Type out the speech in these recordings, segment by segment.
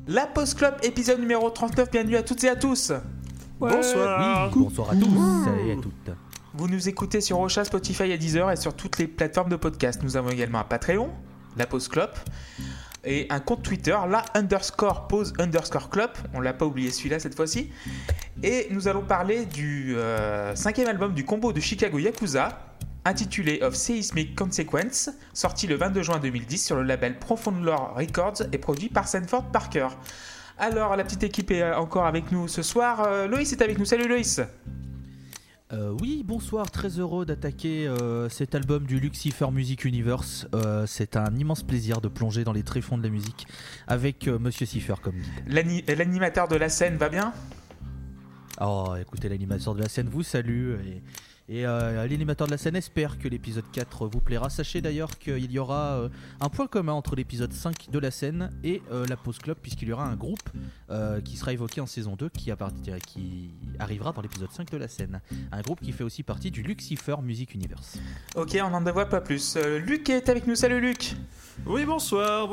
La Pause Club, épisode numéro 39, bienvenue à toutes et à tous. Ouais. Bonsoir. Oui, bonsoir à tous et à toutes. Vous nous écoutez sur Ocha, Spotify et Deezer et sur toutes les plateformes de podcast. Nous avons également un Patreon, La Pause Club, et un compte Twitter, _pause_club. On l'a pas oublié celui-là cette fois-ci. Et nous allons parler du 5e album du combo de Chicago Yakuza, intitulé Of Seismic Consequence, sorti le 22 juin 2010 sur le label Profound Lore Records et produit par Sanford Parker. Alors, la petite équipe est encore avec nous ce soir. Loïs est avec nous. Salut Loïs. Oui, bonsoir, très heureux d'attaquer cet album du Lucifer Music Universe. C'est un immense plaisir de plonger dans les tréfonds de la musique avec Monsieur Cipher comme dit. L'animateur de la scène va bien ? Oh, écoutez, l'animateur de la scène vous salue et l'animateur de la scène espère que l'épisode 4 vous plaira. Sachez d'ailleurs qu'il y aura un point commun entre l'épisode 5 de la scène et la Pause Club, puisqu'il y aura un groupe qui sera évoqué en saison 2 qui arrivera dans l'épisode 5 de la scène. Un groupe qui fait aussi partie du Lucifer Music Universe. Ok, on n'en dévoile pas plus. Luc est avec nous. Salut Luc. Oui, bonsoir.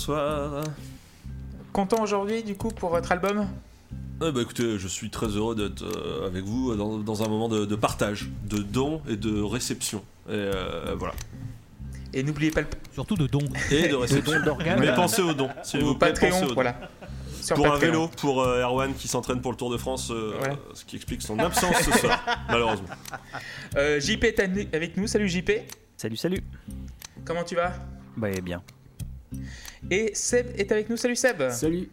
Content aujourd'hui du coup pour votre album ? Écoutez, je suis très heureux d'être avec vous dans un moment de partage, de don et de réception. Et voilà. Et n'oubliez pas surtout de dons. Et de réception. Mais pensez aux dons, s'il vous plaît. Patreon, pensez aux dons. voilà. Sur pour Patreon. un vélo, pour Erwan qui s'entraîne pour le Tour de France, Ouais. ce qui explique son absence ce soir, malheureusement. JP est avec nous. Salut JP. Salut. Comment tu vas ? Bah bien. Et Seb est avec nous. Salut Seb. Salut.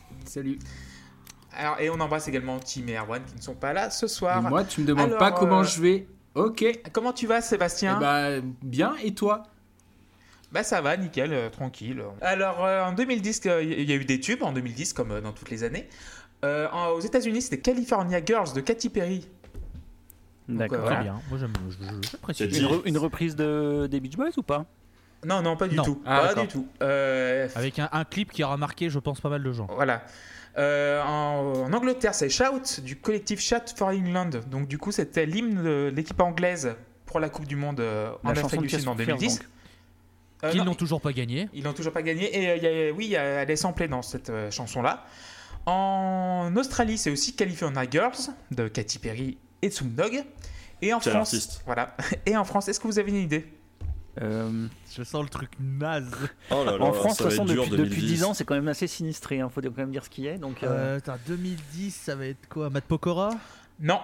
Alors, et on embrasse également Tim et Erwan qui ne sont pas là ce soir. Et moi, tu me demandes Alors, pas comment je vais. Ok. Comment tu vas Sébastien ? Eh bah, bien, et toi ? Bah ça va, nickel, tranquille. Alors en 2010, il y a eu des tubes en 2010 comme dans toutes les années. Aux États-Unis, c'était California Girls de Katy Perry. D'accord. Voilà. Très bien. Moi j'apprécie. C'est Une reprise des Beach Boys ou pas? Non, pas du Non. tout. Ah, Pas d'accord. du tout. Avec un clip qui aura marqué, je pense, pas mal de gens. Voilà. En Angleterre, c'est Shout du collectif Shout for England. Donc du coup, c'était l'hymne de l'équipe anglaise pour la Coupe du Monde en Afrique du Sud en 2010. Qu'ils Non, n'ont toujours pas gagné. Ils n'ont toujours pas gagné. Et elle est samplée dans cette chanson-là. En Australie, c'est aussi California Girls de Katy Perry et Snoop Dogg. Et en Quel France, artiste. voilà. Et en France, est-ce que vous avez une idée ? Je sens le truc naze. Oh là là, En France, de ça toute va façon, être dur, depuis 2010. 10 ans, c'est quand même assez sinistré. Faut quand même dire ce qu'il y a. Donc, 2010, ça va être quoi? Matt Pokora? Non.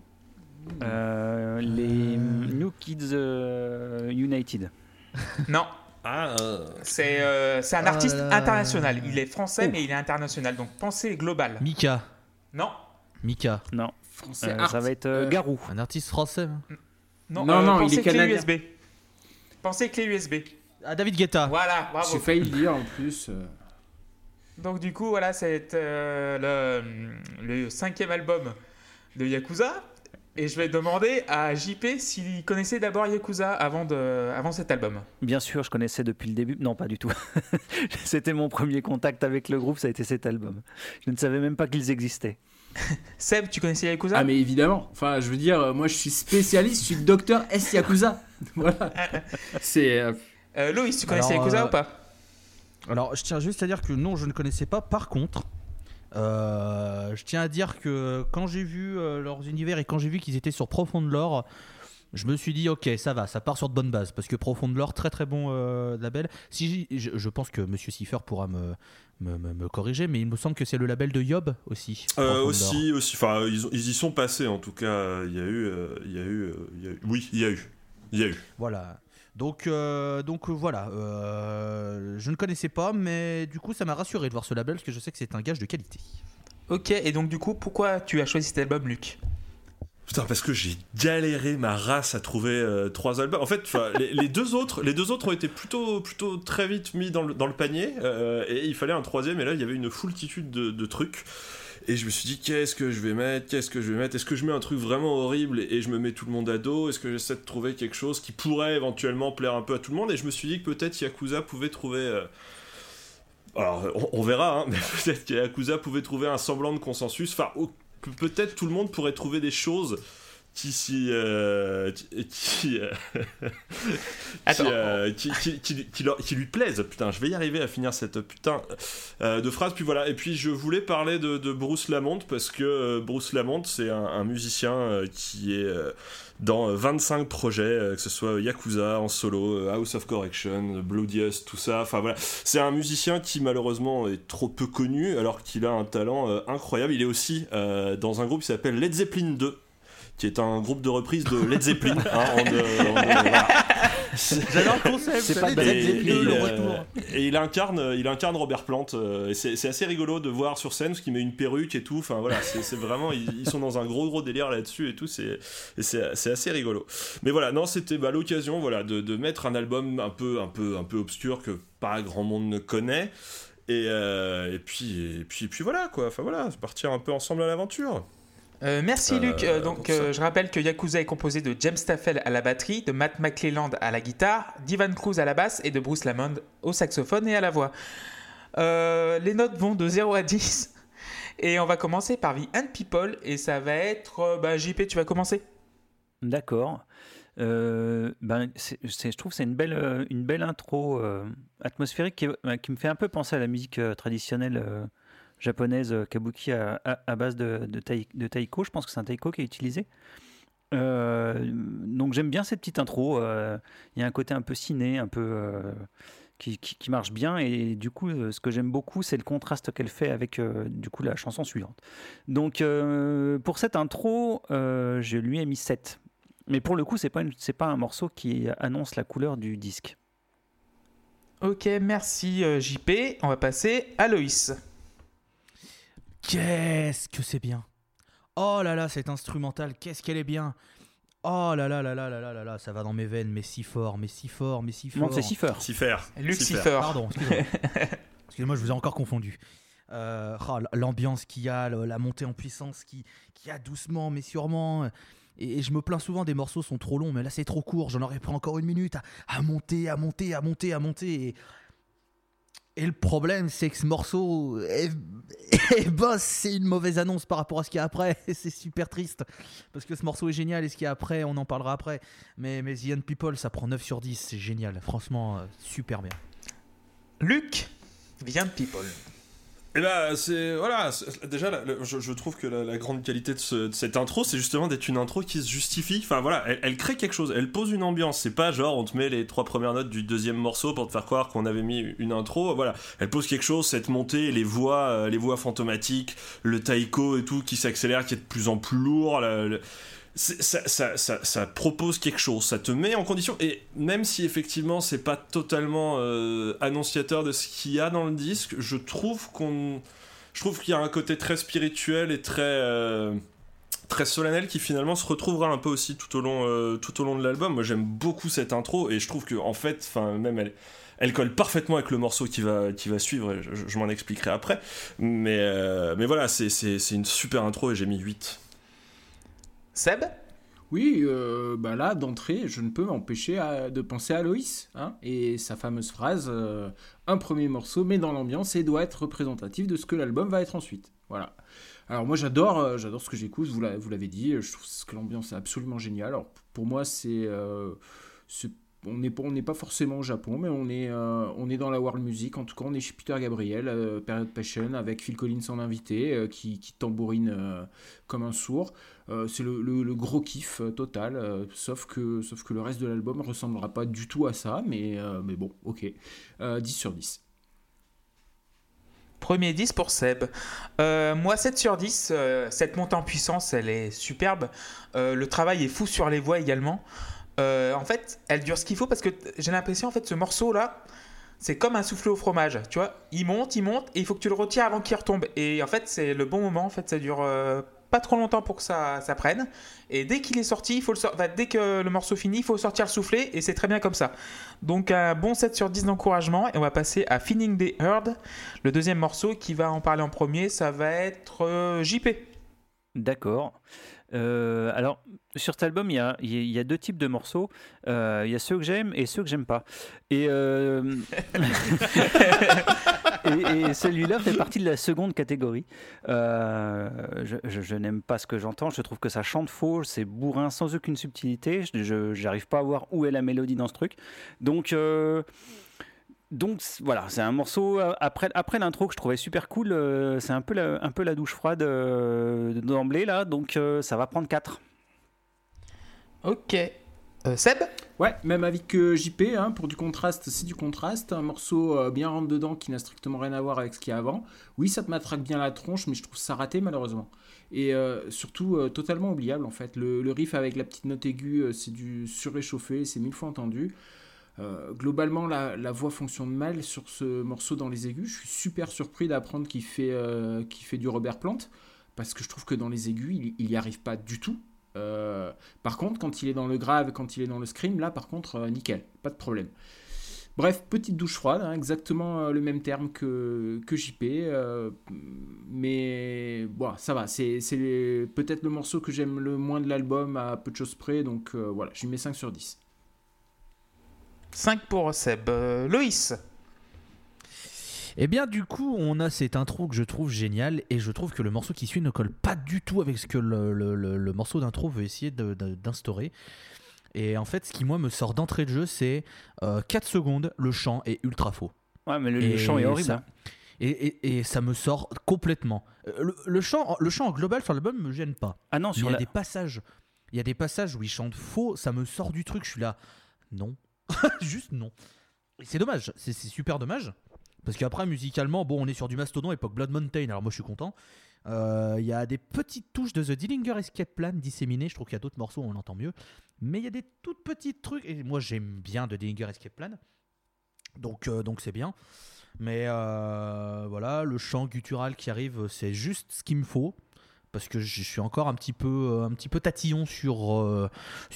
les New Kids United. Non. C'est un artiste là là. international. Il est français, mais il est international. Donc pensez global. Mika. Non. Non. Français Ça va être Garou. Un artiste français. Non, pensez il est clé canadien. USB. Pensez clé USB. Ah, David Guetta. Voilà, J'ai bravo. failli le dire en plus. Donc du coup, voilà, c'est le 5e album de Yakuza. Et je vais demander à JP s'il connaissait d'abord Yakuza avant cet album. Bien sûr, je connaissais depuis le début. Non, pas du tout. C'était mon premier contact avec le groupe, ça a été cet album. Je ne savais même pas qu'ils existaient. Seb, tu connaissais Yakuza ? Ah, mais évidemment. Enfin, je veux dire, moi, je suis spécialiste, je suis le docteur S. Yakuza. Voilà. C'est. Loïs, tu connaissais Alors, Yakuza ou pas ? Alors, je tiens juste à dire que non, je ne connaissais pas. Par contre, je tiens à dire que quand j'ai vu leurs univers et quand j'ai vu qu'ils étaient sur Profound Lore, je me suis dit, ok, ça va, ça part sur de bonnes bases. Parce que Profound Lore, très très bon label. Je pense que Monsieur Cipher pourra me corriger, mais il me semble que c'est le label de Yob aussi. Profound Lore. Aussi. Enfin, ils y sont passés en tout cas. Il y a eu. Oui, il y a eu. Voilà. Donc voilà, je ne connaissais pas, mais du coup ça m'a rassuré de voir ce label parce que je sais que c'est un gage de qualité. Ok, et donc du coup, pourquoi tu as choisi cet album, Luc ? Putain, parce que j'ai galéré ma race à trouver 3 albums. En fait, les deux autres ont été plutôt très vite mis dans le panier, et il fallait un 3e. Et là, il y avait une foultitude de trucs. Et je me suis dit, qu'est-ce que je vais mettre ? Est-ce que je mets un truc vraiment horrible et je me mets tout le monde à dos ? Est-ce que j'essaie de trouver quelque chose qui pourrait éventuellement plaire un peu à tout le monde ? Et je me suis dit que peut-être Yakuza pouvait trouver... Alors, on verra, hein, mais peut-être que Yakuza pouvait trouver un semblant de consensus. Enfin, peut-être tout le monde pourrait trouver des choses qui s'y, qui lui plaise. Putain, je vais y arriver à finir cette putain de phrase. Puis voilà. Et puis je voulais parler de Bruce Lamont parce que Bruce Lamont, c'est un musicien qui est dans 25 projets, que ce soit Yakuza en solo, House of Correction, Bloodiest, tout ça. Enfin voilà, c'est un musicien qui malheureusement est trop peu connu alors qu'il a un talent incroyable. Il est aussi dans un groupe qui s'appelle Led Zeppelin 2, qui est un groupe de reprise de Led Zeppelin. Voilà. J'adore le concept. C'est pas Led Zeppelin, le retour. Et il incarne Robert Plant. Et c'est assez rigolo de voir sur scène parce qu'il met une perruque et tout. Enfin voilà, c'est vraiment ils sont dans un gros délire là-dessus et tout. C'est assez rigolo. Mais voilà, non, c'était l'occasion de mettre un album un peu obscur que pas grand monde ne connaît. Et puis voilà quoi. Enfin voilà, partir un peu ensemble à l'aventure. Merci Luc. Je rappelle que Yakuza est composé de James Staffel à la batterie, de Matt McClelland à la guitare, d'Ivan Cruz à la basse et de Bruce Lamont au saxophone et à la voix. Les notes vont de 0 à 10 et on va commencer par The Ant People et ça va être... JP, tu vas commencer. D'accord. Je trouve que c'est une belle intro atmosphérique qui me fait un peu penser à la musique traditionnelle japonaise kabuki à base de taiko. Je pense que c'est un taiko qui est utilisé. Donc j'aime bien cette petite intro. Il y a un côté un peu ciné, un peu qui marche bien. Et du coup, ce que j'aime beaucoup, c'est le contraste qu'elle fait avec du coup la chanson suivante. Donc pour cette intro, je lui ai mis 7. Mais pour le coup, c'est pas un morceau qui annonce la couleur du disque. Ok, merci JP. On va passer à Loïs. Qu'est-ce que c'est bien. Oh là là, cette instrumentale, qu'est-ce qu'elle est bien. Oh là là là là là là là, ça va dans mes veines, mais si fort, mais si fort, mais si fort. Non, c'est Cipher. Luc Cipher. Pardon, excusez-moi. Excusez-moi, je vous ai encore confondu. L'ambiance qu'il y a, la montée en puissance qu'il y a doucement mais sûrement. Et je me plains souvent des morceaux sont trop longs, mais là c'est trop court, j'en aurais pris encore 1 minute à monter. Et le problème, c'est que ce morceau, c'est une mauvaise annonce par rapport à ce qu'il y a après. C'est super triste, parce que ce morceau est génial, et ce qu'il y a après, on en parlera après. Mais The Young People, ça prend 9 sur 10, c'est génial. Franchement, super bien. Luc, The Young People. Et déjà je trouve que la grande qualité de cette intro, c'est justement d'être une intro qui se justifie. Enfin voilà, elle crée quelque chose, elle pose une ambiance. C'est pas genre on te met les 3 premières notes du deuxième morceau pour te faire croire qu'on avait mis une intro. Voilà, elle pose quelque chose, cette montée, les voix fantomatiques, le taiko et tout qui s'accélère, qui est de plus en plus lourd. Ça propose quelque chose, ça te met en condition, et même si effectivement c'est pas totalement annonciateur de ce qu'il y a dans le disque, je trouve qu'il y a un côté très spirituel et très solennel qui finalement se retrouvera un peu aussi tout au long de l'album. Moi j'aime beaucoup cette intro et je trouve que en fait, même elle colle parfaitement avec le morceau qui va suivre, et je m'en expliquerai après, mais voilà, c'est une super intro et j'ai mis 8. Seb ? Oui, là, d'entrée, je ne peux m'empêcher de penser à Loïs, et sa fameuse phrase un premier morceau met dans l'ambiance et doit être représentatif de ce que l'album va être ensuite. Voilà. Alors moi, j'adore ce que j'écoute, vous l'avez dit, je trouve que l'ambiance est absolument géniale. Alors pour moi, on n'est pas forcément au Japon, mais on est dans la world music. En tout cas, on est chez Peter Gabriel, Period Passion, avec Phil Collins en invité, qui tambourine comme un sourd. C'est le gros kiff total, sauf que le reste de l'album ne ressemblera pas du tout à ça, mais bon, ok. 10 sur 10. Premier 10 pour Seb. Moi, 7 sur 10. Cette montée en puissance, elle est superbe. Le travail est fou sur les voix également. En fait, elle dure ce qu'il faut parce que j'ai l'impression, en fait, ce morceau-là, c'est comme un soufflé au fromage. Tu vois, il monte, et il faut que tu le retires avant qu'il retombe. Et en fait, c'est le bon moment. En fait, ça dure pas trop longtemps pour que ça prenne. Et dès qu'il est sorti, dès que le morceau finit, il faut sortir le soufflet. Et c'est très bien comme ça. Donc, un bon 7 sur 10 d'encouragement. Et on va passer à Feeling the Herd. Le deuxième morceau qui va en parler en premier, ça va être JP. D'accord. Alors, sur cet album, il y a deux types de morceaux. Il y a ceux que j'aime et ceux que j'aime pas. Et, et celui-là fait partie de la seconde catégorie. Je n'aime pas ce que j'entends. Je trouve que ça chante faux. C'est bourrin sans aucune subtilité. Je n'arrive pas à voir où est la mélodie dans ce truc. Donc voilà, c'est un morceau après l'intro que je trouvais super cool. C'est un peu la douche froide d'emblée là, donc ça va prendre 4. Ok. Seb ? Ouais, même avis que JP, hein, pour du contraste, c'est du contraste. Un morceau bien rentre dedans qui n'a strictement rien à voir avec ce qu'il y a avant. Oui, ça te matraque bien la tronche, mais je trouve ça raté malheureusement. Et surtout totalement oubliable en fait. Le riff avec la petite note aiguë, c'est du surréchauffé, c'est 1000 fois entendu. Globalement, la voix fonctionne mal sur ce morceau dans les aigus. Je suis super surpris d'apprendre qu'il fait du Robert Plant, parce que je trouve que dans les aigus, il n'y arrive pas du tout. Par contre, quand il est dans le grave, quand il est dans le scream, là, par contre, nickel, pas de problème. Bref, petite douche froide, hein, exactement le même terme que JP, mais bon, ça va, c'est peut-être le morceau que j'aime le moins de l'album à peu de choses près, donc voilà, je lui mets 5 sur 10. 5 pour Seb. Loïs ? Et bien du coup on a cette intro que je trouve géniale, et je trouve que le morceau qui suit ne colle pas du tout avec ce que le morceau d'intro veut essayer d'instaurer. Et en fait ce qui moi me sort d'entrée de jeu, c'est 4 secondes, le chant est ultra faux. Ouais, mais le chant est horrible. Et ça me sort complètement. Le chant en global sur l'album me gêne pas. Ah non, il y a des passages où il chante faux, ça me sort du truc, je suis là, non. Juste non. Et c'est dommage, c'est super dommage. Parce qu'après, musicalement, bon, on est sur du Mastodon, époque Blood Mountain, alors moi je suis content. Il y a des petites touches de The Dillinger Escape Plan disséminées, je trouve qu'il y a d'autres morceaux où on l'entend mieux. Mais il y a des toutes petites trucs, et moi j'aime bien The Dillinger Escape Plan. Donc c'est bien. Mais voilà, le chant guttural qui arrive, c'est juste ce qu'il me faut. Parce que je suis encore un petit peu tatillon sur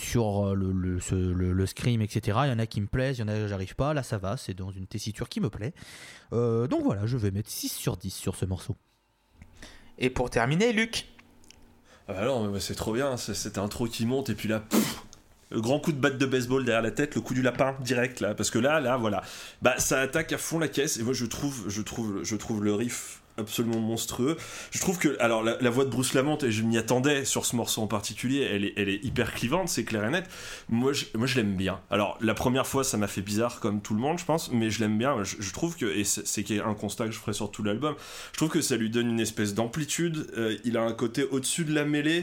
le scream, etc. Il y en a qui me plaisent, il y en a j'arrive pas. Là ça va, c'est dans une tessiture qui me plaît. Donc voilà, je vais mettre 6 sur 10 sur ce morceau. Et pour terminer, Luc ? Alors c'est trop bien, cette intro qui monte et puis là, le grand coup de batte de baseball derrière la tête, le coup du lapin direct là, parce que là voilà, bah ça attaque à fond la caisse, et moi je trouve le riff absolument monstrueux. Je trouve que, alors la voix de Bruce Lamont, et je m'y attendais sur ce morceau en particulier, elle est hyper clivante, c'est clair et net. Moi je l'aime bien. Alors la première fois ça m'a fait bizarre comme tout le monde je pense, mais je l'aime bien. Je trouve que, et c'est un constat que je ferai sur tout l'album, je trouve que ça lui donne une espèce d'amplitude. Il a un côté au-dessus de la mêlée,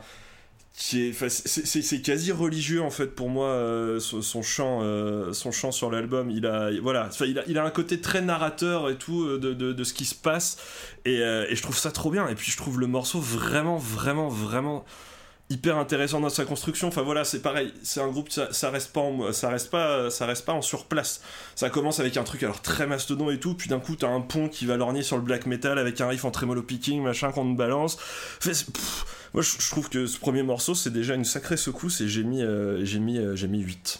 c'est quasi religieux en fait pour moi, son chant sur l'album. Il a un côté très narrateur et tout de ce qui se passe, et je trouve ça trop bien. Et puis je trouve le morceau vraiment vraiment vraiment hyper intéressant dans sa construction. Enfin voilà, c'est pareil, c'est un groupe, ça reste pas en surplace. Ça commence avec un truc alors très Mastodon et tout, puis d'un coup t'as un pont qui va lorgner sur le black metal avec un riff en tremolo picking machin qu'on te balance. Moi je trouve que ce premier morceau c'est déjà une sacrée secousse, et j'ai mis 8.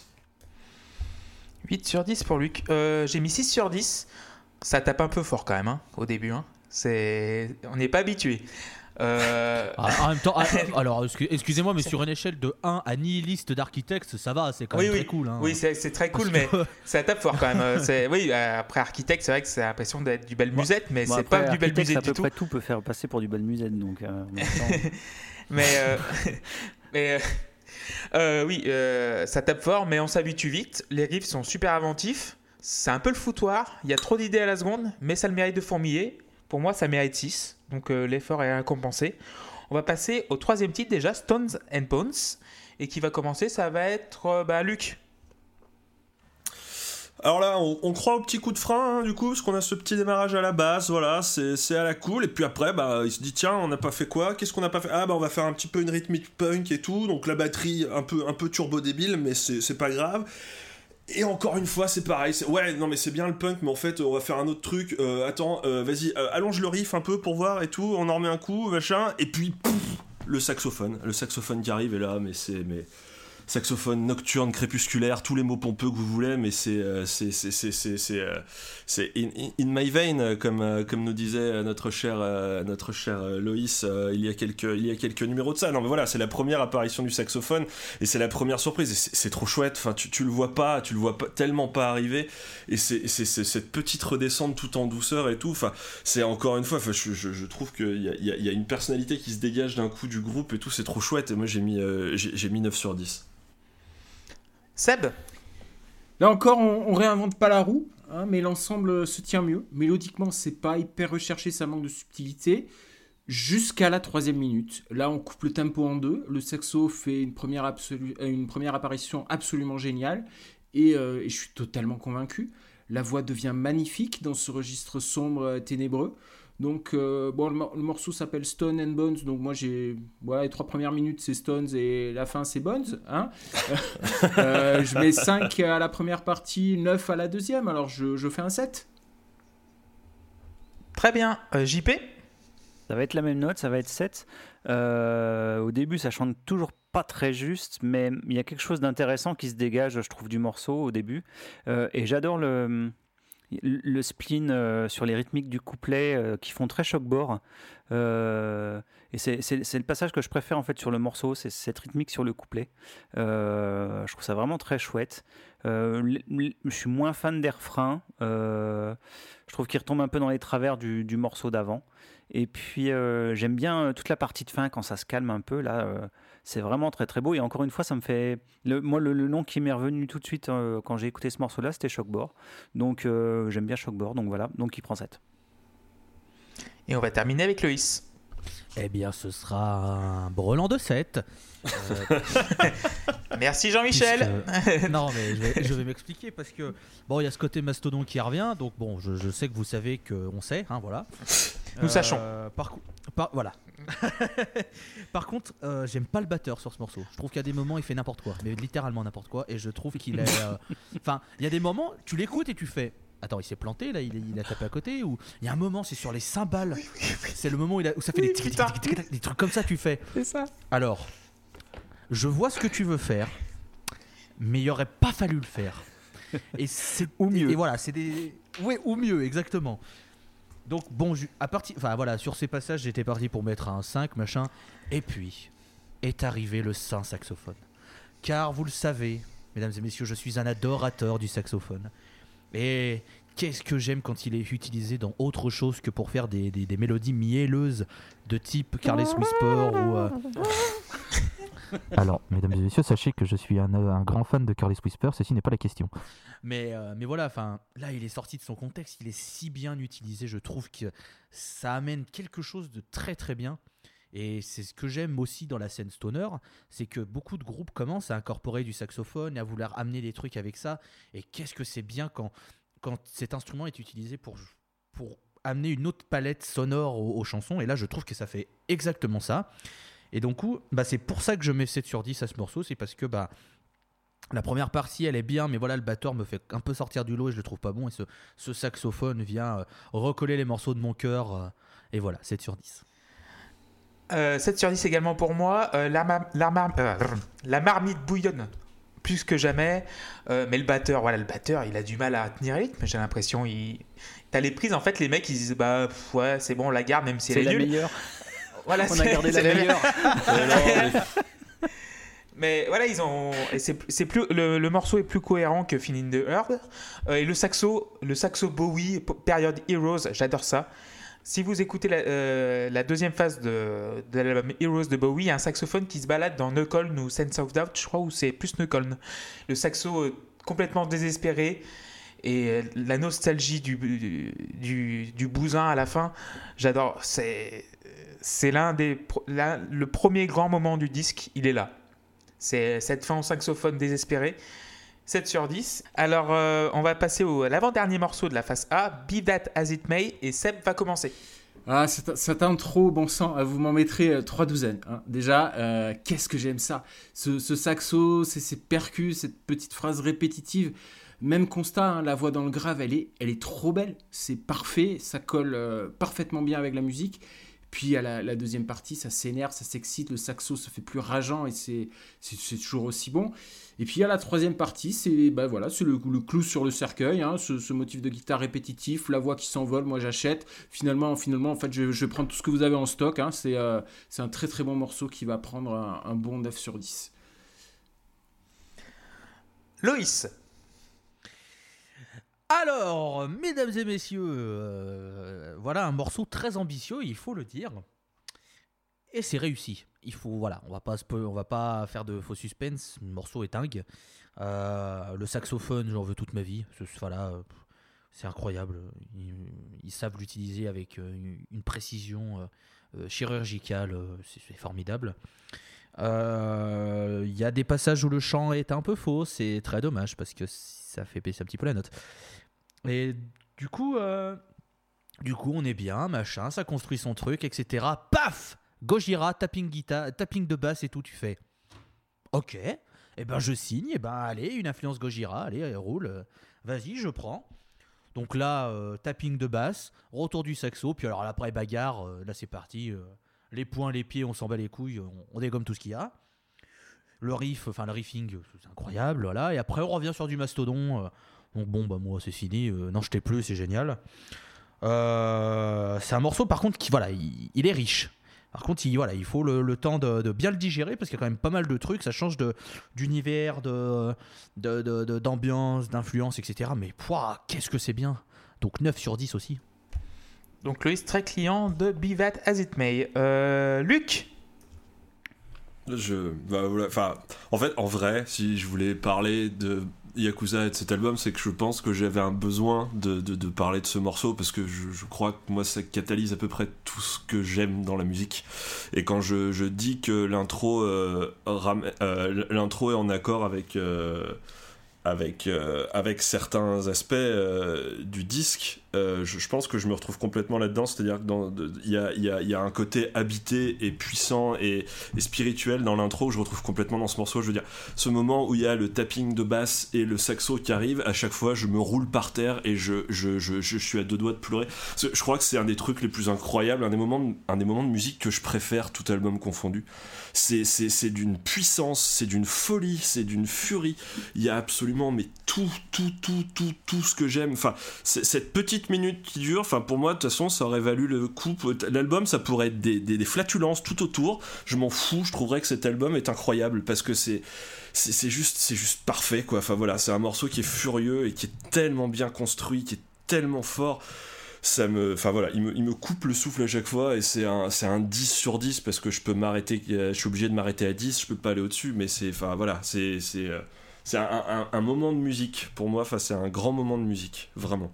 8 sur 10 pour Luc. J'ai mis 6 sur 10. Ça tape un peu fort quand même, hein, au début. Hein. On n'est pas habitué. En même temps, alors excusez-moi, mais sur une échelle de 1 à nihiliste d'Architects, ça va, c'est quand même très cool. Hein. Oui, c'est très cool, mais ça tape fort quand même. Oui, après Architects, c'est vrai que c'est l'impression d'être du bel musette, mais bon, c'est pas du bel musette du tout. À peu près tout peut faire passer pour du bel musette, donc. Oui, ça tape fort, mais on s'habitue vite. Les riffs sont super inventifs. C'est un peu le foutoir. Il y a trop d'idées à la seconde, mais ça le mérite de fourmiller. Pour moi, ça mérite 6. Donc l'effort est récompensé. On va passer au troisième titre déjà, Stones and Bones. Et qui va commencer, ça va être Luc. Alors là, on croit au petit coup de frein, hein, du coup, parce qu'on a ce petit démarrage à la base, voilà, c'est à la cool, et puis après, il se dit, tiens, on n'a pas fait quoi ? Qu'est-ce qu'on n'a pas fait ? Ah, on va faire un petit peu une rythmique punk et tout, donc la batterie, un peu turbo débile, mais c'est pas grave. Et encore une fois, c'est pareil, mais c'est bien le punk, mais en fait, on va faire un autre truc, vas-y, allonge le riff un peu pour voir et tout, on en remet un coup, machin, et puis, le saxophone qui arrive, et là, saxophone nocturne, crépusculaire, tous les mots pompeux que vous voulez, mais c'est in my vein, comme nous disait notre cher Loïs il y a quelques numéros de ça. Non mais voilà, c'est la première apparition du saxophone et c'est la première surprise et c'est trop chouette. Enfin, tu le vois pas tellement pas arriver et c'est cette petite redescente tout en douceur et tout. Enfin, c'est encore une fois, enfin, je trouve qu'il y a une personnalité qui se dégage d'un coup du groupe et tout, c'est trop chouette. Et moi j'ai mis 9 sur 10. Seb ? Là encore, on réinvente pas la roue, hein, mais l'ensemble se tient mieux. Mélodiquement, c'est pas hyper recherché, ça manque de subtilité. Jusqu'à la 3e minute. Là, on coupe le tempo en deux. Le saxo fait une première apparition absolument géniale. Et je suis totalement convaincu. La voix devient magnifique dans ce registre sombre, ténébreux. Donc, le morceau s'appelle Stone and Bones. Donc, moi, les 3 premières minutes, c'est Stones et la fin, c'est Bones. Hein. Je mets 5 à la première partie, 9 à la deuxième. Alors, je fais un 7. Très bien. JP ? Ça va être la même note, ça va être 7. Au début, ça chante toujours pas très juste, mais il y a quelque chose d'intéressant qui se dégage, je trouve, du morceau au début. Et j'adore le spleen sur les rythmiques du couplet qui font très choc-bord. Et c'est le passage que je préfère en fait sur le morceau, c'est cette rythmique sur le couplet. Je trouve ça vraiment très chouette. Je suis moins fan des refrains. Je trouve qu'il retombe un peu dans les travers du morceau d'avant. Et puis j'aime bien toute la partie de fin quand ça se calme un peu là. C'est vraiment très très beau et encore une fois ça me fait le nom qui m'est revenu tout de suite quand j'ai écouté ce morceau là, c'était Shockboard. Donc j'aime bien Shockboard, donc voilà, donc il prend 7. Et on va terminer avec Loïs. Eh bien, ce sera un brelan de 7. Merci Jean-Michel. Non, mais je vais m'expliquer parce que bon, il y a ce côté mastodon qui revient, donc bon, je sais que vous savez qu'on sait, hein, voilà. Nous sachons. Voilà. Par contre, j'aime pas le batteur sur ce morceau. Je trouve qu'à des moments, il fait n'importe quoi, mais littéralement n'importe quoi, et je trouve qu'il est. Enfin, il y a des moments, tu l'écoutes et tu fais. Attends, il s'est planté là, il a tapé à côté ou il y a un moment, c'est sur les cymbales. C'est le moment où ça fait des trucs comme ça, tu fais. C'est ça. Alors, je vois ce que tu veux faire, mais il aurait pas fallu le faire. Et c'est ou mieux. Et voilà, c'est des. Ouais, ou mieux, exactement. Donc bon, sur ces passages, j'étais parti pour mettre un 5, machin. Et puis est arrivé le saint saxophone. Car vous le savez, mesdames et messieurs, je suis un adorateur du saxophone. Et qu'est-ce que j'aime quand il est utilisé dans autre chose que pour faire des mélodies mielleuses de type Careless Whisper ou... Alors, mesdames et messieurs, sachez que je suis un grand fan de Careless Whisper, ceci n'est pas la question. Mais voilà, là, il est sorti de son contexte, il est si bien utilisé, je trouve que ça amène quelque chose de très très bien. Et c'est ce que j'aime aussi dans la scène stoner, c'est que beaucoup de groupes commencent à incorporer du saxophone et à vouloir amener des trucs avec ça. Et qu'est-ce que c'est bien quand cet instrument est utilisé pour amener une autre palette sonore aux chansons. Et là, je trouve que ça fait exactement ça. Et donc, c'est pour ça que je mets 7 sur 10 à ce morceau. C'est parce que la première partie, elle est bien, mais voilà, le batteur me fait un peu sortir du lot et je le trouve pas bon. Et ce saxophone vient recoller les morceaux de mon cœur. Et voilà, 7 sur 10. 7 sur 10 également pour moi. La marmite bouillonne plus que jamais. Mais le batteur, il a du mal à tenir rythme. J'ai l'impression. T'as les prises, en fait, les mecs, ils disent ouais, c'est bon, on la garde, même si elle est nulle. C'est la meilleure. Voilà, on a gardé la meilleure. Mais voilà, c'est plus le morceau est plus cohérent que Feeling the Herb. Et le saxo Bowie, période Heroes, j'adore ça. Si vous écoutez la deuxième phase de l'album Heroes de Bowie, il y a un saxophone qui se balade dans No Colne ou Sense of Doubt, je crois, ou c'est plus No Colne. Le saxo complètement désespéré et la nostalgie du bousin à la fin, j'adore. C'est le premier grand moment du disque, il est là. C'est cette fin au saxophone désespéré. 7 sur 10. Alors, on va passer à l'avant-dernier morceau de la face A, Be That As It May, et Seb va commencer. Ah, cette intro, bon sang, vous m'en mettrez 3 douzaines. Hein. Déjà, qu'est-ce que j'aime ça. Ce saxo, ces percus, cette petite phrase répétitive. Même constat, hein, la voix dans le grave, elle est trop belle. C'est parfait, ça colle parfaitement bien avec la musique. Puis à la deuxième partie, ça s'énerve, ça s'excite, le saxo se fait plus rageant et c'est toujours aussi bon. Et puis à la troisième partie, c'est le clou sur le cercueil, hein, ce motif de guitare répétitif, la voix qui s'envole, moi j'achète. Finalement, en fait, je vais prendre tout ce que vous avez en stock. Hein, c'est un très très bon morceau qui va prendre un bon 9 sur 10. Loïs. Alors, mesdames et messieurs, voilà un morceau très ambitieux, il faut le dire. Et c'est réussi. On va pas faire de faux suspense. Le morceau est dingue. Le saxophone, j'en veux toute ma vie. C'est incroyable. Ils savent l'utiliser avec une précision chirurgicale. C'est formidable. Il y a des passages où le chant est un peu faux. C'est très dommage parce que ça fait baisser un petit peu la note. Et du coup, on est bien, machin. Ça construit son truc, etc. Paf! Gojira, tapping de basse et tout, tu fais ok, et ben je signe, et ben allez, une influence Gojira, allez, roule, vas-y, je prends. Donc là, tapping de basse, retour du saxo, puis alors là, après bagarre, là c'est parti, les poings, les pieds, on s'en bat les couilles, on dégomme tout ce qu'il y a. Le riffing, c'est incroyable, voilà, et après on revient sur du mastodon, donc bon, bah moi c'est fini, n'en jetez plus, c'est génial. C'est un morceau par contre qui, voilà, il est riche. Par contre, il faut le temps de bien le digérer parce qu'il y a quand même pas mal de trucs. Ça change d'univers, d'ambiance, d'influence, etc. Mais qu'est-ce que c'est bien. Donc 9 sur 10 aussi. Donc Loïs, très client de Be That As It May. Luc. En fait, en vrai, si je voulais parler de Yakuza et de cet album, c'est que je pense que j'avais un besoin de parler de ce morceau parce que je crois que moi ça catalyse à peu près tout ce que j'aime dans la musique. Et quand je dis que l'intro est en accord avec certains aspects du disque, je pense que je me retrouve complètement là-dedans. C'est-à-dire qu'il y a un côté habité et puissant et spirituel dans l'intro que je retrouve complètement dans ce morceau. Je veux dire, ce moment où il y a le tapping de basse et le saxo qui arrive, à chaque fois je me roule par terre et je suis à deux doigts de pleurer. Je crois que c'est un des trucs les plus incroyables, un des moments de musique que je préfère, tout album confondu. C'est d'une puissance, c'est d'une folie, c'est d'une furie. Il y a absolument tout ce que j'aime. Enfin, cette petite minute qui dure, enfin pour moi de toute façon ça aurait valu le coup. L'album ça pourrait être des flatulences tout autour. Je m'en fous. Je trouverais que cet album est incroyable parce que c'est juste parfait quoi. Enfin voilà, c'est un morceau qui est furieux et qui est tellement bien construit, qui est tellement fort. Il me coupe le souffle à chaque fois et c'est un 10 sur 10 parce que je suis obligé de m'arrêter à 10, je peux pas aller au-dessus, mais c'est un moment de musique pour moi, c'est un grand moment de musique, vraiment.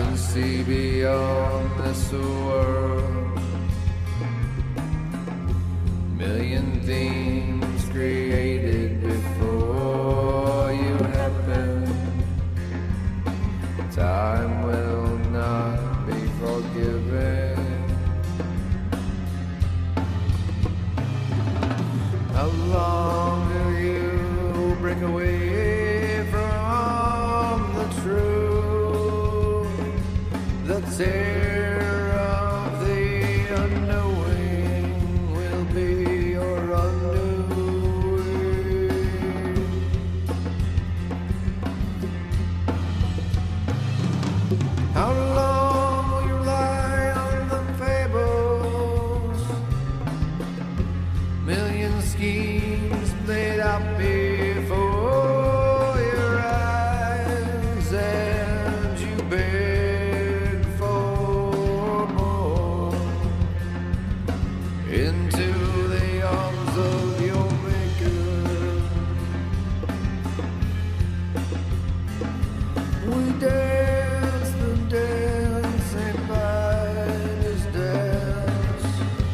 see beyond this world. million themes created before you happen. Time will not be forgiven. How long will you break away from the truth? The terror of the unknowing will be your undoing. How long will you lie on the fables? Million schemes played out before your eyes, and you beg for more. Into the arms of your maker we dance the dance St. Vitus dance.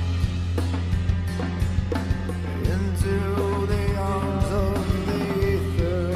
Into the arms of the ether.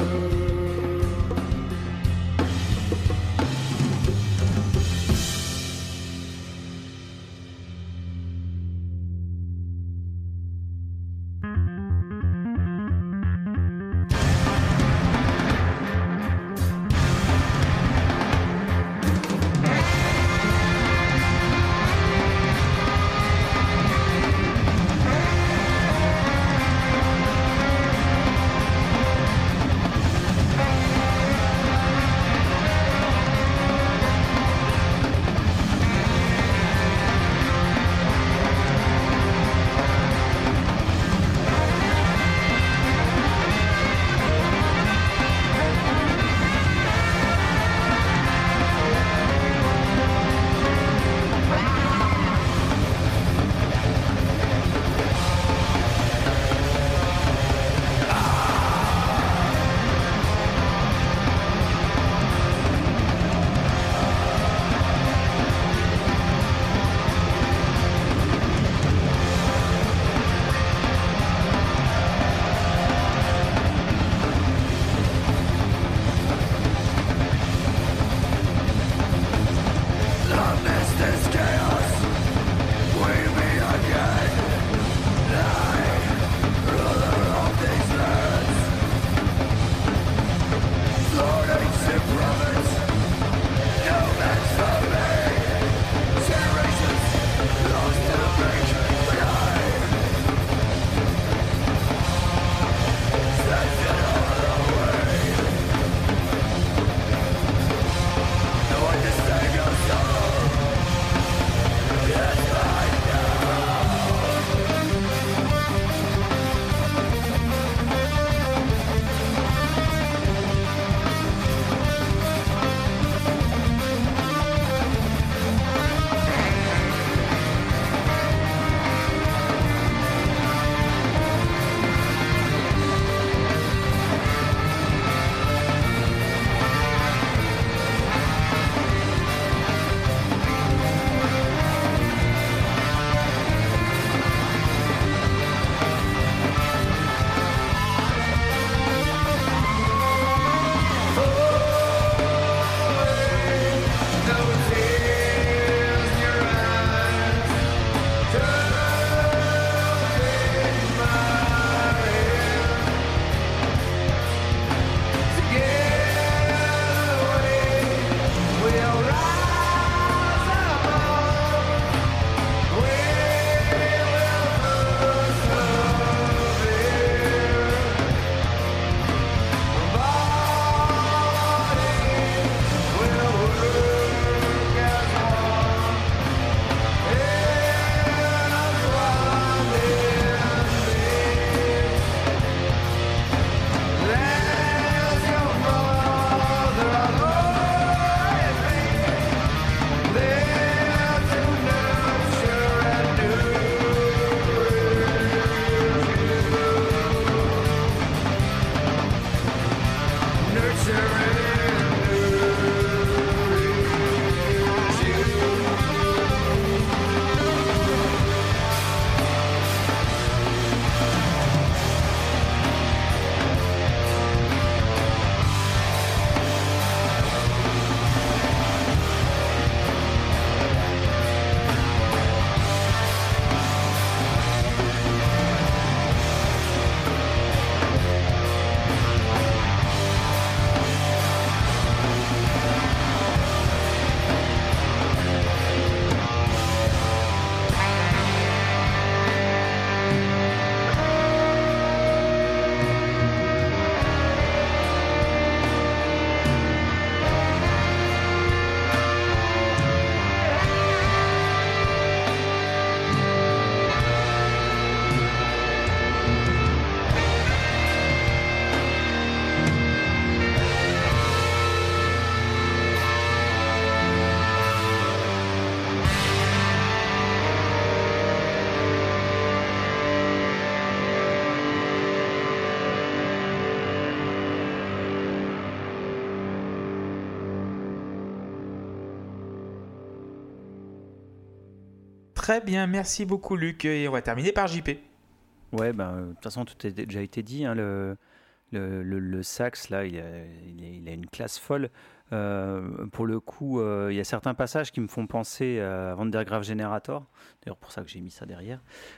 Très bien, merci beaucoup Luc. Et on va terminer par JP. Ouais, de toute façon, tout a déjà été dit. Hein, le sax, là, il a une classe folle. Pour le coup, il y a certains passages qui me font penser à Van der Graaf Generator. D'ailleurs, pour ça que j'ai mis ça derrière.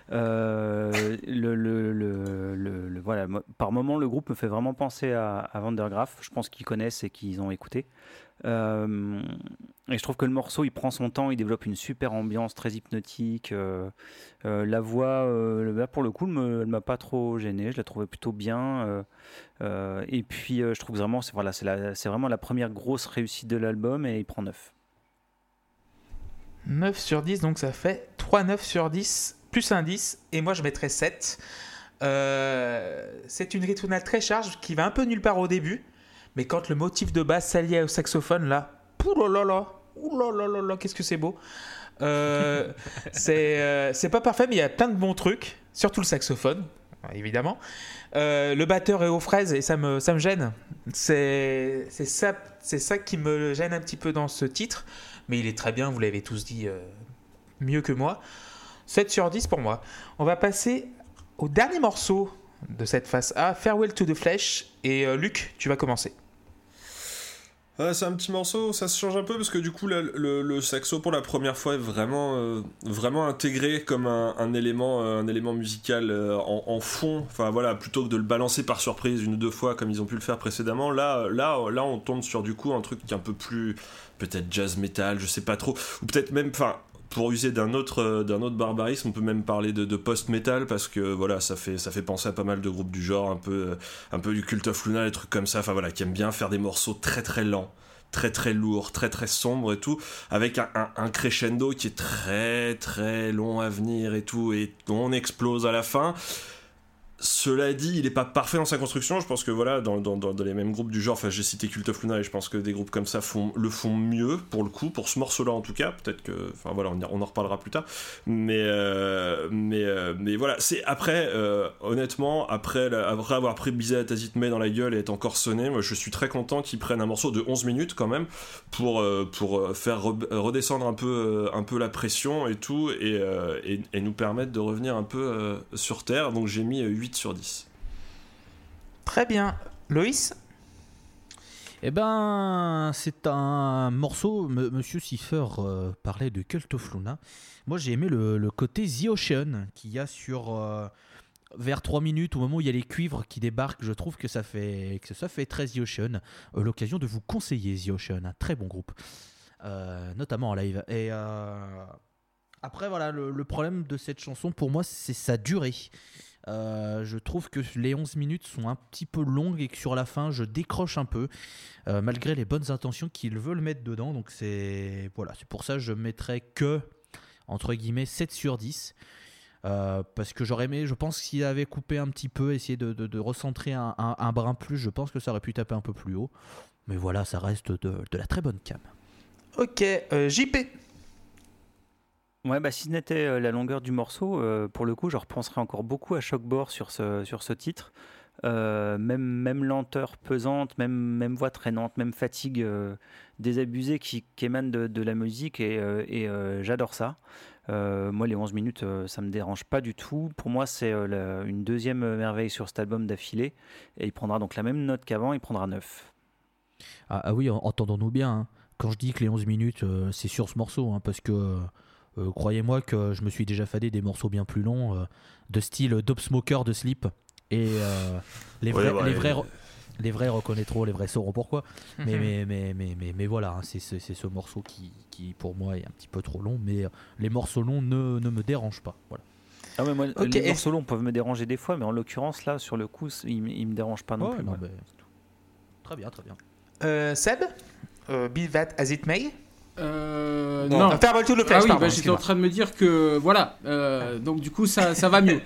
Voilà, par moment, le groupe me fait vraiment penser à Van der Graaf. Je pense qu'ils connaissent et qu'ils ont écouté. Et je trouve que le morceau, il prend son temps, il développe une super ambiance très hypnotique. La voix, là, pour le coup, elle m'a pas trop gêné. Je la trouvais plutôt bien. Et puis, je trouve vraiment, c'est vraiment la première grosse réussite de l'album et il prend 9. 9 sur 10, donc ça fait 3 9 sur 10, plus un 10, et moi je mettrais 7. C'est une rythmale très charge qui va un peu nulle part au début, mais quand le motif de basse s'allie au saxophone, là, oulala, qu'est-ce que c'est beau. C'est pas parfait, mais il y a plein de bons trucs, surtout le saxophone, évidemment. Le batteur est aux fraises et ça me gêne. C'est ça qui me gêne un petit peu dans ce titre, mais il est très bien, vous l'avez tous dit mieux que moi. 7 sur 10 pour moi. On va passer au dernier morceau de cette face A, Farewell to the Flesh, et Luc, tu vas commencer. C'est un petit morceau, ça se change un peu parce que du coup là, le saxo pour la première fois est vraiment intégré comme un élément musical en fond. Enfin voilà, plutôt que de le balancer par surprise une ou deux fois comme ils ont pu le faire précédemment. Là on tombe sur du coup un truc qui est un peu plus peut-être jazz metal, je sais pas trop, ou peut-être même, enfin, pour user d'un autre barbarisme, on peut même parler de post-metal parce que voilà, ça fait penser à pas mal de groupes du genre, un peu du Cult of Luna, des trucs comme ça, enfin voilà, qui aiment bien faire des morceaux très très lents, très très lourds, très très sombres et tout, avec un crescendo qui est très très long à venir et tout, et on explose à la fin. Cela dit, il est pas parfait dans sa construction. Je pense que voilà, dans les mêmes groupes du genre, enfin j'ai cité Cult of Luna et je pense que des groupes comme ça le font mieux pour le coup, pour ce morceau-là en tout cas. Peut-être que, enfin voilà, on en reparlera plus tard. Mais voilà, c'est après, honnêtement, après avoir pris Bizet Azitmé dans la gueule et être encore sonné, moi je suis très content qu'ils prennent un morceau de 11 minutes quand même pour faire redescendre un peu la pression et tout et nous permettre de revenir un peu sur terre. Donc j'ai mis 8 sur 10. Très bien. Loïs ? Eh ben, c'est un morceau. Monsieur Cipher parlait de Cult of Luna. Moi, j'ai aimé le côté The Ocean qu'il y a sur vers 3 minutes, au moment où il y a les cuivres qui débarquent. Je trouve que ça fait très The Ocean. L'occasion de vous conseiller The Ocean, un très bon groupe, notamment en live. Et après, voilà, le problème de cette chanson, pour moi, c'est sa durée. Je trouve que les 11 minutes sont un petit peu longues et que sur la fin je décroche un peu malgré les bonnes intentions qu'ils veulent mettre dedans. Donc c'est pour ça que je mettrais que entre guillemets 7 sur 10 parce que j'aurais aimé, je pense s'il avait coupé un petit peu, essayé de recentrer un brin plus, je pense que ça aurait pu taper un peu plus haut, mais voilà, ça reste de la très bonne cam. Ok, JP. Ouais, si ce n'était la longueur du morceau, pour le coup, je repenserais encore beaucoup à Shockbore sur ce titre. Même lenteur pesante, même voix traînante, même fatigue désabusée qui émane de la musique et j'adore ça. Moi, les 11 minutes, ça me dérange pas du tout. Pour moi, c'est une deuxième merveille sur cet album d'affilée. Et il prendra donc la même note qu'avant, il prendra 9. Ah oui, entendons-nous bien. Hein. Quand je dis que les 11 minutes, c'est sur ce morceau, hein, parce que... croyez-moi que je me suis déjà fadé des morceaux bien plus longs de style Dope Smoker de Sleep et les vrais reconnaîtront, les vrais sauront pourquoi. Mais voilà, hein, c'est ce morceau qui pour moi est un petit peu trop long, mais les morceaux longs ne me dérangent pas. Voilà. Ah ouais, moi, les morceaux longs peuvent me déranger des fois, mais en l'occurrence là, sur le coup, ils me dérangent pas non plus. Non, très bien. Seb, Be That As It May. Non. Farewell to the Flesh, pardon, j'étais en train de me dire que voilà, donc du coup ça va mieux.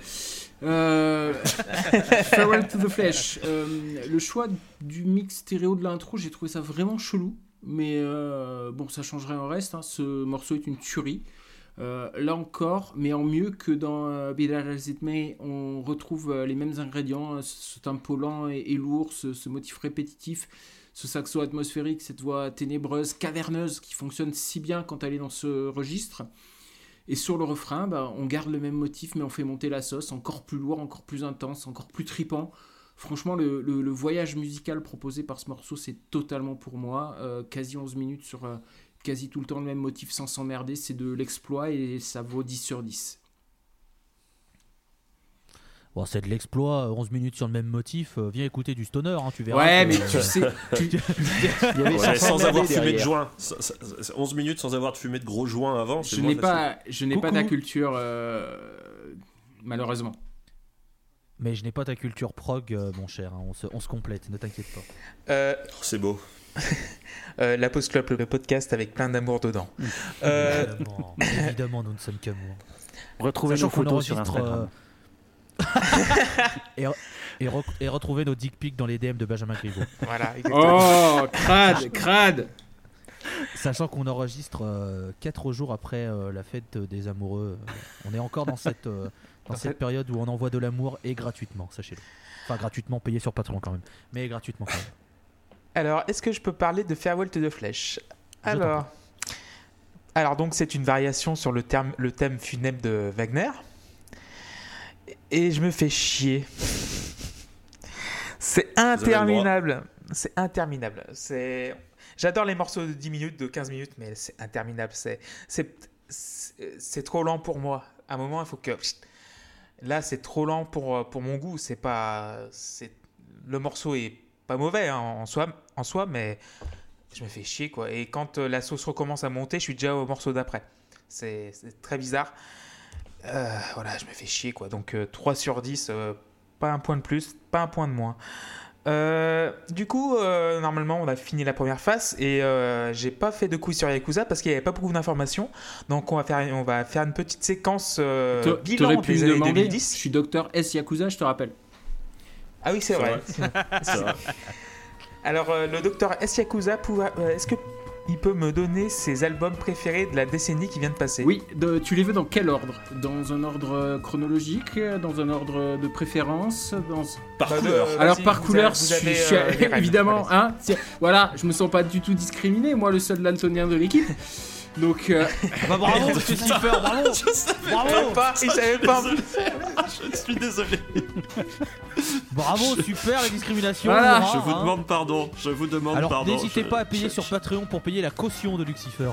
Farewell to the Flesh. Le choix du mix stéréo de l'intro, j'ai trouvé ça vraiment chelou, mais bon, ça changerait en reste. Hein. Ce morceau est une tuerie. Là encore, mais en mieux que dans Be That As It May, on retrouve les mêmes ingrédients, ce tempo lent et lourd, ce motif répétitif. Ce saxo atmosphérique, cette voix ténébreuse, caverneuse qui fonctionne si bien quand elle est dans ce registre. Et sur le refrain, on garde le même motif, mais on fait monter la sauce, encore plus lourd, encore plus intense, encore plus tripant. Franchement, le voyage musical proposé par ce morceau, c'est totalement pour moi. Quasi 11 minutes sur quasi tout le temps le même motif sans s'emmerder, c'est de l'exploit et ça vaut 10 sur 10. Bon, c'est de l'exploit, 11 minutes sur le même motif. Viens écouter du stoner, hein, tu verras. Ouais, que- mais tu sais... Il y avait Ouais, sans avoir fumé de derrière. joint. 11 minutes sans avoir fumé de gros joints avant, c'est Je moins n'ai facile. pas ta Coucou. culture, malheureusement. Mais je n'ai pas ta culture prog, mon cher. Hein, on se complète, ne t'inquiète pas. Euh, C'est beau. la Pause Club, le podcast avec plein d'amour dedans. Évidemment, nous ne sommes qu'amour. Retrouvez Sachant nos qu'on photos sur enregistre, Instagram. et retrouver nos dick pics dans les DM de Benjamin Griveaux. Voilà, exactement. Oh, crade. Sachant qu'on enregistre 4 jours après la fête des amoureux. On est encore dans cette période où on envoie de l'amour et gratuitement, sachez-le. Enfin, gratuitement, payé sur Patreon quand même. Mais gratuitement quand même. Alors, est-ce que je peux parler de Farewell to the Flesh? Je t'en Alors donc c'est une variation sur le thème funèbre de Wagner. Et je me fais chier. C'est interminable. C'est interminable. J'adore les morceaux de 10 minutes, de 15 minutes, mais c'est interminable. C'est trop lent pour moi. À un moment, il faut que... Là, c'est trop lent pour mon goût. Le morceau est pas mauvais hein, en soi, mais je me fais chier, quoi. Et quand la sauce recommence à monter, je suis déjà au morceau d'après. C'est très bizarre. Voilà, je me fais chier, quoi. Donc 3 sur 10, pas un point de plus, pas un point de moins. Du coup, normalement, on a fini la première phase et j'ai pas fait de quiz sur Yakuza parce qu'il n'y avait pas beaucoup d'informations. Donc on va faire une petite séquence bilan T'aurais pu des me années demander. 2010. Je suis Docteur S Yakuza, je te rappelle. Ah oui, c'est vrai. C'est vrai. Alors, le docteur S. Yakuza, est-ce qu'il peut me donner ses albums préférés de la décennie qui vient de passer? Oui, tu les veux dans quel ordre? Dans un ordre chronologique? Dans un ordre de préférence? Par Bah, couleur. Alors vas-y, par vous couleur, avez, les règles. évidemment, Allez. hein. Voilà, je me sens pas du tout discriminé, moi le seul daltonien de l'équipe. Donc, Bah bravo, monsieur Stiffer, bravo. Il savait pas. Je suis désolé. Bravo, super les discriminations. Voilà, Laurent, Je vous hein. demande pardon. Je vous demande Alors pardon. n'hésitez pas à payer sur Patreon pour payer la caution de Lucifer.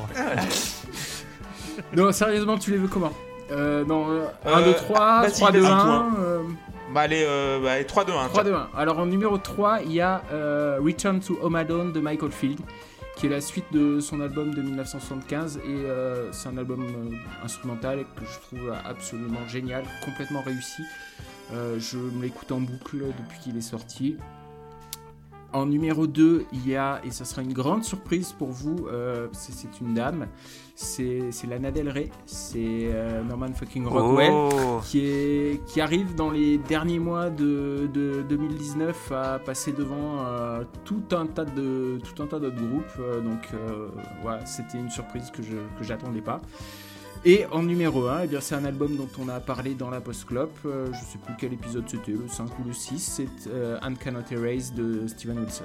non, sérieusement, tu les veux comment? Non, 1, 2, 3, vas-y, 3, 2, vas-y, 1. Bah allez, 3, 2, 1. 3, 2, 1. Alors en numéro 3, il y a Return to Home Alone de Michael Field, qui est la suite de son album de 1975. Et c'est un album instrumental que je trouve absolument génial, complètement réussi. Je me l'écoute en boucle depuis qu'il est sorti. En numéro 2, il y a, et ça sera une grande surprise pour vous, c'est une dame, c'est Lana Del Rey, c'est Norman fucking Rockwell, Oh. qui arrive dans les derniers mois de 2019 à passer devant tout un tas d'autres groupes. Donc voilà, c'était une surprise que j'attendais pas. Et en numéro 1, eh bien, c'est un album dont on a parlé dans la Post-Club. Je sais plus quel épisode c'était, le 5 ou le 6. C'est And Cannot Erase de Steven Wilson.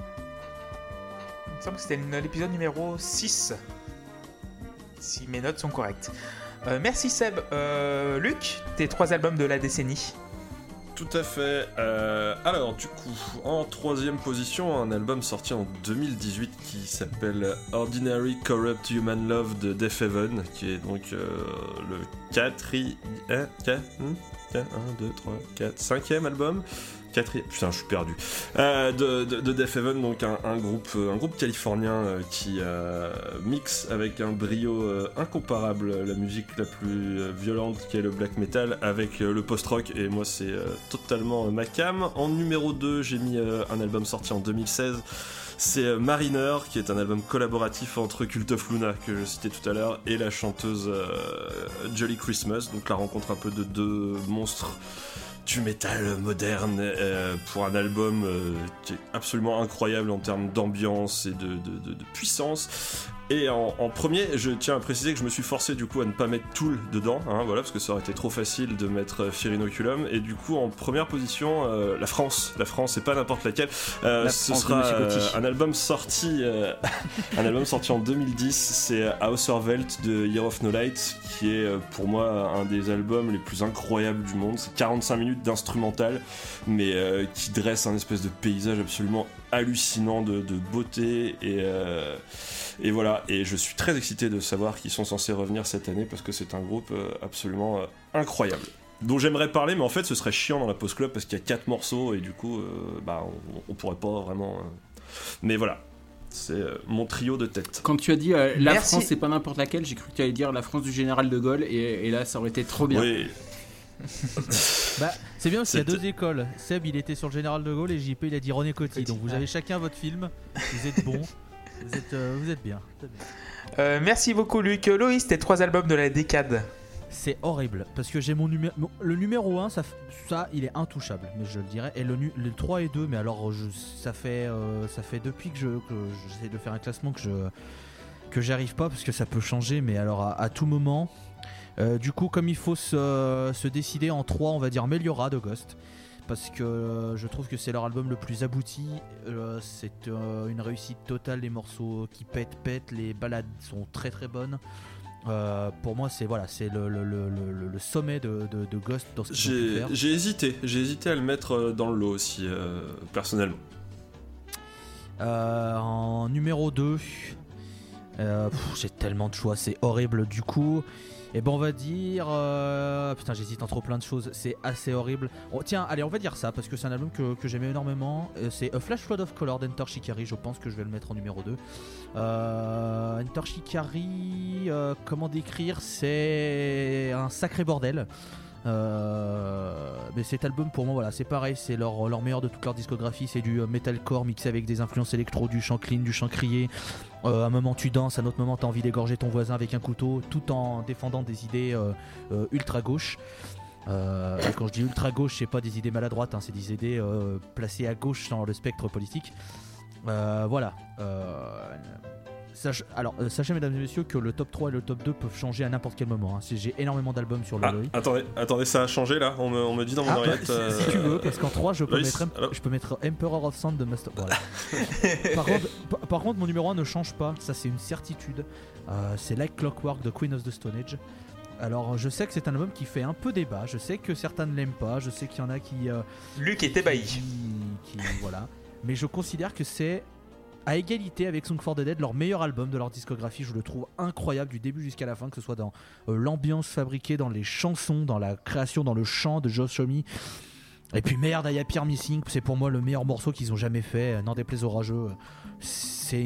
Il me semble que c'était l'épisode numéro 6. Si mes notes sont correctes. Merci Seb. Luc, tes 3 albums de la décennie. Tout à fait. Alors, du coup, en 3ème position, un album sorti en 2018 qui s'appelle Ordinary Corrupt Human Love de Deafheaven, qui est donc le 5e album. 4e, putain, je suis perdu. De Deafheaven, donc un groupe californien qui mixe avec un brio incomparable la musique la plus violente qui est le black metal avec le post-rock, et moi c'est totalement ma cam. En numéro 2, j'ai mis un album sorti en 2016. C'est Mariner, qui est un album collaboratif entre Cult of Luna, que je citais tout à l'heure, et la chanteuse Jolly Christmas, donc la rencontre un peu de deux monstres du métal moderne pour un album qui est absolument incroyable en termes d'ambiance et de puissance. Et en premier, je tiens à préciser que je me suis forcé du coup à ne pas mettre Tool dedans, voilà, parce que ça aurait été trop facile de mettre Fear Inoculum. Et du coup, en première position, la France, c'est pas n'importe laquelle. Ce sera un album sorti en 2010, c'est Auserwelt de Year of No Light, qui est pour moi un des albums les plus incroyables du monde. C'est 45 minutes d'instrumental, mais qui dresse un espèce de paysage absolument hallucinant de beauté et voilà, et je suis très excité de savoir qu'ils sont censés revenir cette année parce que c'est un groupe absolument incroyable dont j'aimerais parler, mais en fait ce serait chiant dans la Post Club parce qu'il y a 4 morceaux et du coup on pourrait pas vraiment mais voilà, c'est mon trio de tête. Quand tu as dit la Merci. France c'est pas n'importe laquelle, j'ai cru que tu allais dire la France du général de Gaulle et là ça aurait été trop bien. Oui. Bah, c'est bien parce qu'il y a deux écoles. Seb il était sur le général de Gaulle et JP il a dit René Coty. Donc vous avez chacun votre film. Vous êtes bons. Vous êtes bien. Merci beaucoup Luc. Loïs, tes 3 albums de la décade. C'est horrible parce que j'ai le numéro 1 ça il est intouchable, mais je le dirais, et le 3 et 2, mais alors ça fait depuis que j'essaie de faire un classement que j'arrive pas parce que ça peut changer, mais alors à tout moment. Du coup, comme il faut se décider en 3, on va dire Meliora de Ghost, parce que je trouve que c'est leur album le plus abouti. C'est une réussite totale, les morceaux qui pètent, les ballades sont très très bonnes. Pour moi, c'est le sommet de Ghost dans ce qu'ils ont pu faire. J'ai hésité à le mettre dans le lot aussi, personnellement. En numéro 2, j'ai tellement de choix, c'est horrible du coup. Et ben on va dire putain, j'hésite entre plein de choses, c'est assez horrible. Tiens, allez, on va dire ça parce que c'est un album que j'aimais énormément. C'est A Flash Flood of Color d'Enter Shikari. Je pense que je vais le mettre en numéro 2. Enter Shikari, comment décrire, c'est un sacré bordel. Mais cet album pour moi, voilà, c'est pareil, c'est leur meilleur de toute leur discographie. C'est du metalcore mixé avec des influences électro, du chant clean, du chant crié. À un moment tu danses, à un autre moment t'as envie d'égorger ton voisin avec un couteau, tout en défendant des idées ultra gauche. Et quand je dis ultra gauche, c'est pas des idées maladroites, c'est des idées placées à gauche dans le spectre politique. Voilà. Sachez mesdames et messieurs que le top 3 et le top 2 peuvent changer à n'importe quel moment. J'ai énormément d'albums sur le Loïc. Attendez, ça a changé là. On me dit dans mon oreillette. Si tu veux, parce qu'en 3 je peux Loïs, mettre Emperor of Sound de Master. Voilà. par contre, mon numéro 1 ne change pas. Ça, c'est une certitude. C'est Like Clockwork de Queen of the Stone Age. Alors, je sais que c'est un album qui fait un peu débat. Je sais que certains ne l'aiment pas. Je sais qu'il y en a qui. Luc est ébahi. Voilà. Mais je considère que c'est, à égalité avec Song for the Dead, leur meilleur album de leur discographie. Je le trouve incroyable du début jusqu'à la fin, que ce soit dans l'ambiance fabriquée, dans les chansons, dans la création, dans le chant de Josh Homme. Et puis merde, I Appear Missing, c'est pour moi le meilleur morceau qu'ils ont jamais fait, n'en déplaise aux rageux. C'est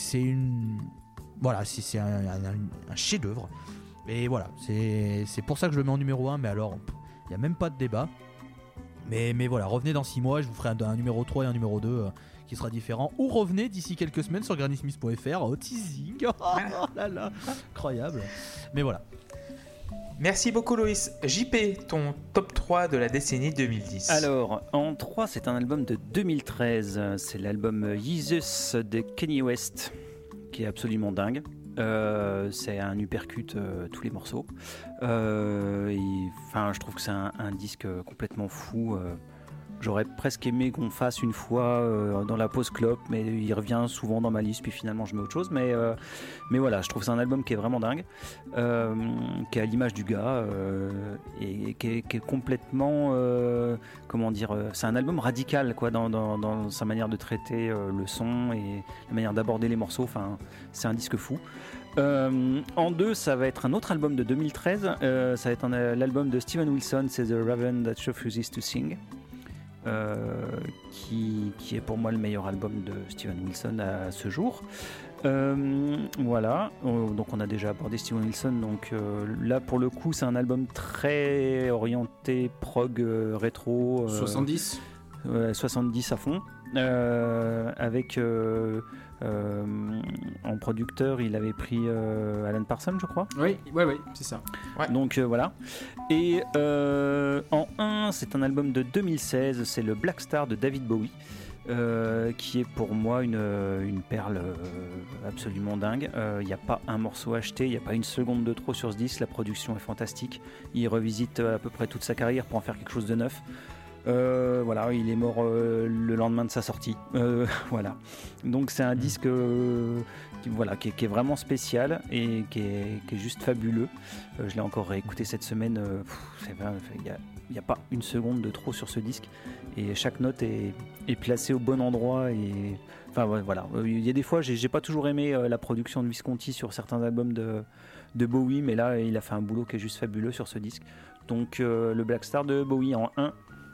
un chef-d'œuvre. Et voilà, c'est pour ça que je le mets en numéro 1, mais alors, il n'y a même pas de débat. Mais voilà, revenez dans 6 mois, je vous ferai un numéro 3 et un numéro 2 qui sera différent. Ou revenez d'ici quelques semaines sur granny-smith.fr, au teasing. Oh là là, incroyable. Mais voilà. Merci beaucoup Loïs. JP, ton top 3 de la décennie 2010. Alors, en 3, c'est un album de 2013. C'est l'album Jesus de Kanye West, qui est absolument dingue. C'est un uppercut tous les morceaux. Je trouve que c'est un disque complètement fou. J'aurais presque aimé qu'on fasse une fois dans la pause clope, mais il revient souvent dans ma liste, puis finalement je mets autre chose. Mais voilà, je trouve que c'est un album qui est vraiment dingue, qui est à l'image du gars, et qui est complètement, c'est un album radical quoi, dans sa manière de traiter le son et la manière d'aborder les morceaux. Enfin, c'est un disque fou. En 2, ça va être un autre album de 2013. Ça va être l'album de Steven Wilson, c'est The Raven That Refuses to Sing. Qui est pour moi le meilleur album de Steven Wilson à ce jour. Voilà, donc on a déjà abordé Steven Wilson, donc là pour le coup c'est un album très orienté prog rétro 70 70 à fond, avec en producteur il avait pris Alan Parsons je crois. Oui, c'est ça. Ouais. Donc voilà. Et en 1 1, c'est un album de 2016, c'est le Black Star de David Bowie. Qui est pour moi une perle absolument dingue. Il n'y a pas un morceau acheté, il n'y a pas une seconde de trop sur ce disque, la production est fantastique. Il revisite à peu près toute sa carrière pour en faire quelque chose de neuf. Voilà, il est mort le lendemain de sa sortie. Voilà. Donc c'est un disque qui est vraiment spécial et qui est juste fabuleux. Je l'ai encore réécouté cette semaine. Il n'y a pas une seconde de trop sur ce disque et chaque note est placée au bon endroit. Et enfin voilà, il y a des fois j'ai pas toujours aimé la production de Visconti sur certains albums de Bowie, mais là il a fait un boulot qui est juste fabuleux sur ce disque. Donc le Black Star de Bowie en 1.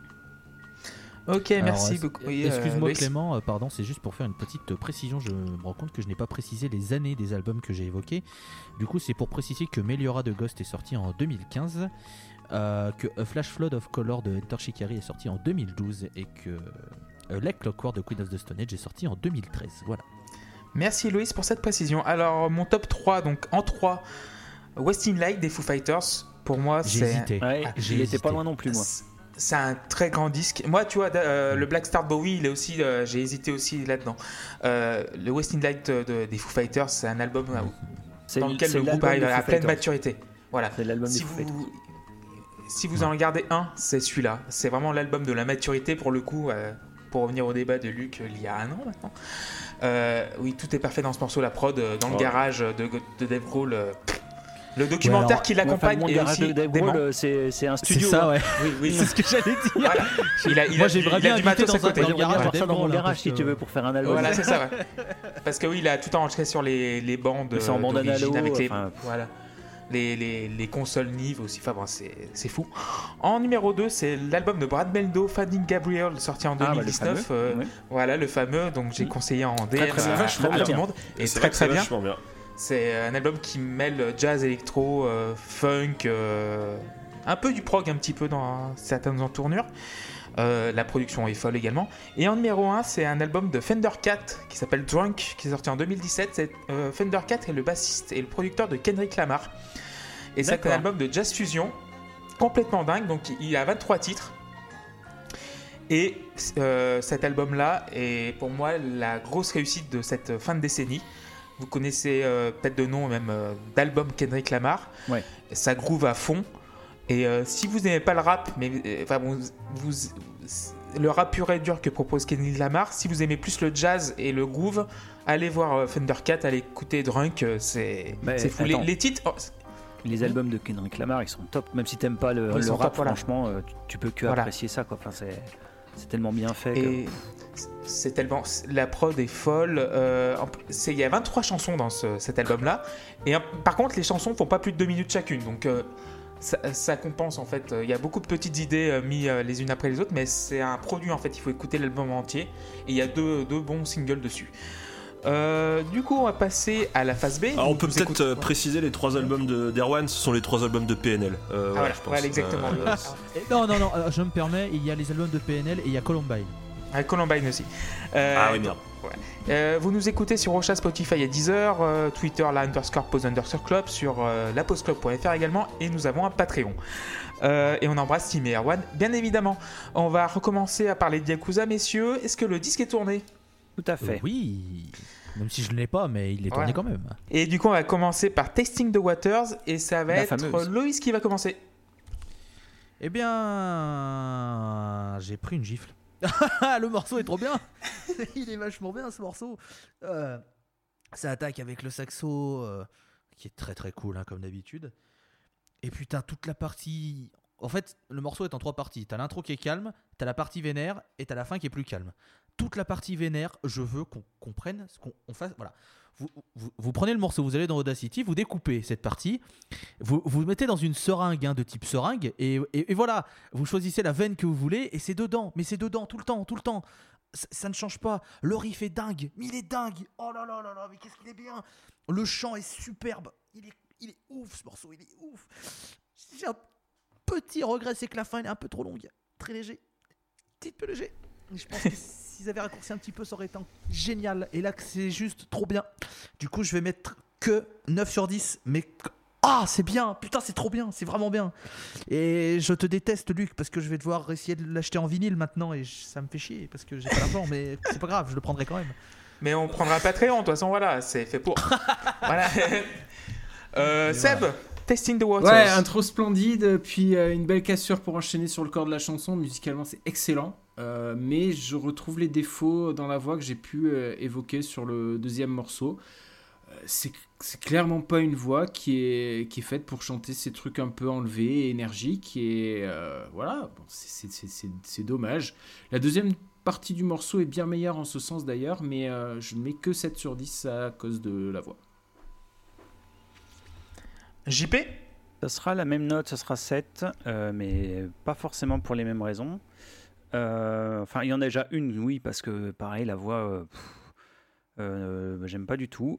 Ok, merci beaucoup. Oui, Excuse-moi Loïs. Clément, pardon, c'est juste pour faire une petite précision. Je me rends compte que je n'ai pas précisé les années des albums que j'ai évoqués. Du coup, c'est pour préciser que Meliora de Ghost est sorti en 2015, que A Flash Flood of Color de Enter Shikari est sorti en 2012 et que Like Clockwork de Queen of the Stone Age est sorti en 2013. Voilà. Merci Loïs pour cette précision. Alors, mon top 3, donc en 3, Wasting Light des Foo Fighters. Pour moi, J'ai c'est. hésité. Ouais, j'ai il était hésité. pas loin non plus, moi. C'est un très grand disque. Moi, tu vois, le Black Star Bowie, il est aussi. J'ai hésité aussi là-dedans. Le Wasting Light des Foo Fighters, c'est un album dans lequel le groupe arrive à pleine maturité. Voilà. C'est l'album Si des Foo Fighters. si vous en regardez un, c'est celui-là. C'est vraiment l'album de la maturité pour le coup. Pour revenir au débat de Luc il y a un an maintenant. Oui, tout est parfait dans ce morceau. La prod dans le garage de Dave Grohl. Le documentaire qui l'accompagne le est garage aussi de Dave dément. Grohl, c'est un studio. C'est ça, ouais. Oui, C'est ce que j'allais dire. Voilà. Il a j'aimerais du bien matos à habiter côté. dans un J'aimerais bien garage voir de ça dans Dave mon Grohl, garage parce si que- tu veux pour faire un album. Voilà, c'est ça, ouais. Parce que oui, il a tout enregistré sur les bandes C'est en bande d'origine analo, avec les, enfin, voilà, les consoles Nive aussi. Enfin bon, c'est fou. En numéro 2, c'est l'album de Brad Meldo, Finding Gabriel, sorti en 2019. fameux, Voilà, le fameux, donc j'ai conseillé en DM très à vachement tout le bien. monde. Et C'est très vrai que très c'est bien. vachement bien. C'est un album qui mêle jazz, électro, funk, un peu du prog un petit peu dans certaines entournures. La production est folle également. Et en numéro 1, c'est un album de Fender Cat qui s'appelle Drunk, qui est sorti en 2017. Fender Cat est le bassiste et le producteur de Kendrick Lamar. Et c'est un D'accord. album de jazz fusion complètement dingue. Donc il a 23 titres. Et cet album-là est pour moi la grosse réussite de cette fin de décennie. Vous connaissez peut-être de nom même d'album Kendrick Lamar. Ouais. Ça groove à fond. Et si vous n'aimez pas le rap, mais enfin bon, le rap pur et dur que propose Kendrick Lamar, si vous aimez plus le jazz et le groove, allez voir Fender Cat, allez écouter Drunk, c'est fou. attends. Les titres, Les albums de Kendrick Lamar, ils sont top. Même si t'aimes pas le Ils sont rap, top, voilà. franchement, tu peux que Voilà. apprécier ça, quoi. Enfin, c'est tellement bien fait. et c'est tellement, la prod est folle. Il y a 23 chansons dans cet album-là. Et par contre, les chansons font pas plus de 2 minutes chacune, donc ça compense en fait. Il y a beaucoup de petites idées mises les unes après les autres, mais c'est un produit en fait. Il faut écouter l'album entier. Et il y a deux bons singles dessus. Du coup, on va passer à la phase B. Alors, on Donc, peut vous peut-être écoutez- préciser les 3 albums d'Erwan, ce sont les 3 albums de PNL. Voilà, je pense. voilà, exactement. Non, je me permets, il y a les albums de PNL et il y a Columbine. Avec Columbine aussi. Ah oui, merde. Vous nous écoutez sur Ocha, Spotify et Deezer, Twitter, la _pause_club, sur lapauseclub.fr également, et nous avons un Patreon. Et on embrasse Tim et Erwan, bien évidemment. On va recommencer à parler de Yakuza, messieurs. Est-ce que le disque est tourné ? Tout à fait. Oui, même si je ne l'ai pas, mais il est tourné Ouais. quand même. Et du coup, on va commencer par Tasting the Waters, et ça va La être fameuse. Loïs qui va commencer. Eh bien, j'ai pris une gifle. Le morceau est trop bien. Il est vachement bien ce morceau. Ça attaque avec le saxo, qui est très très cool, hein, comme d'habitude. Et puis t'as toute la partie. En fait, le morceau est en 3 parties. T'as l'intro qui est calme, t'as la partie vénère et t'as la fin qui est plus calme. Toute la partie vénère, je veux qu'on comprenne ce qu'on fasse. Voilà. Vous prenez le morceau, vous allez dans Audacity, vous découpez cette partie, vous mettez dans une seringue, hein, de type seringue, et voilà, vous choisissez la veine que vous voulez, et c'est dedans, mais c'est dedans tout le temps. Ça ne change pas. Le riff est dingue, mais il est dingue. Oh là là là là, mais qu'est-ce qu'il est bien. Le chant est superbe. Il est ouf, ce morceau, il est ouf. J'ai un petit regret, c'est que la fin elle est un peu trop longue, très léger, petit peu léger. Je pense que s'ils avaient raccourci un petit peu, ça aurait été génial. Et là, c'est juste trop bien. Du coup, je vais mettre que 9 sur 10, mais Ah, c'est bien, putain, c'est trop bien, c'est vraiment bien. Et je te déteste, Luc, parce que je vais devoir essayer de l'acheter en vinyle maintenant et ça me fait chier parce que j'ai pas l'argent, mais c'est pas grave, je le prendrai quand même. Mais on prendra Patreon, de toute façon, voilà, c'est fait pour. Voilà. Seb, voilà. Testing the Waters. Ouais, intro splendide, puis une belle cassure pour enchaîner sur le corps de la chanson. Musicalement, c'est excellent. Mais je retrouve les défauts dans la voix que j'ai pu évoquer sur le deuxième morceau. C'est clairement pas une voix qui est faite pour chanter ces trucs un peu enlevés, énergiques. Et voilà, bon, c'est dommage. La deuxième partie du morceau est bien meilleure en ce sens d'ailleurs, mais je ne mets que 7 sur 10 à cause de la voix. JP. Ça sera la même note, ça sera 7, mais pas forcément pour les mêmes raisons. Enfin, il y en a déjà une, oui, parce que pareil, la voix, j'aime pas du tout.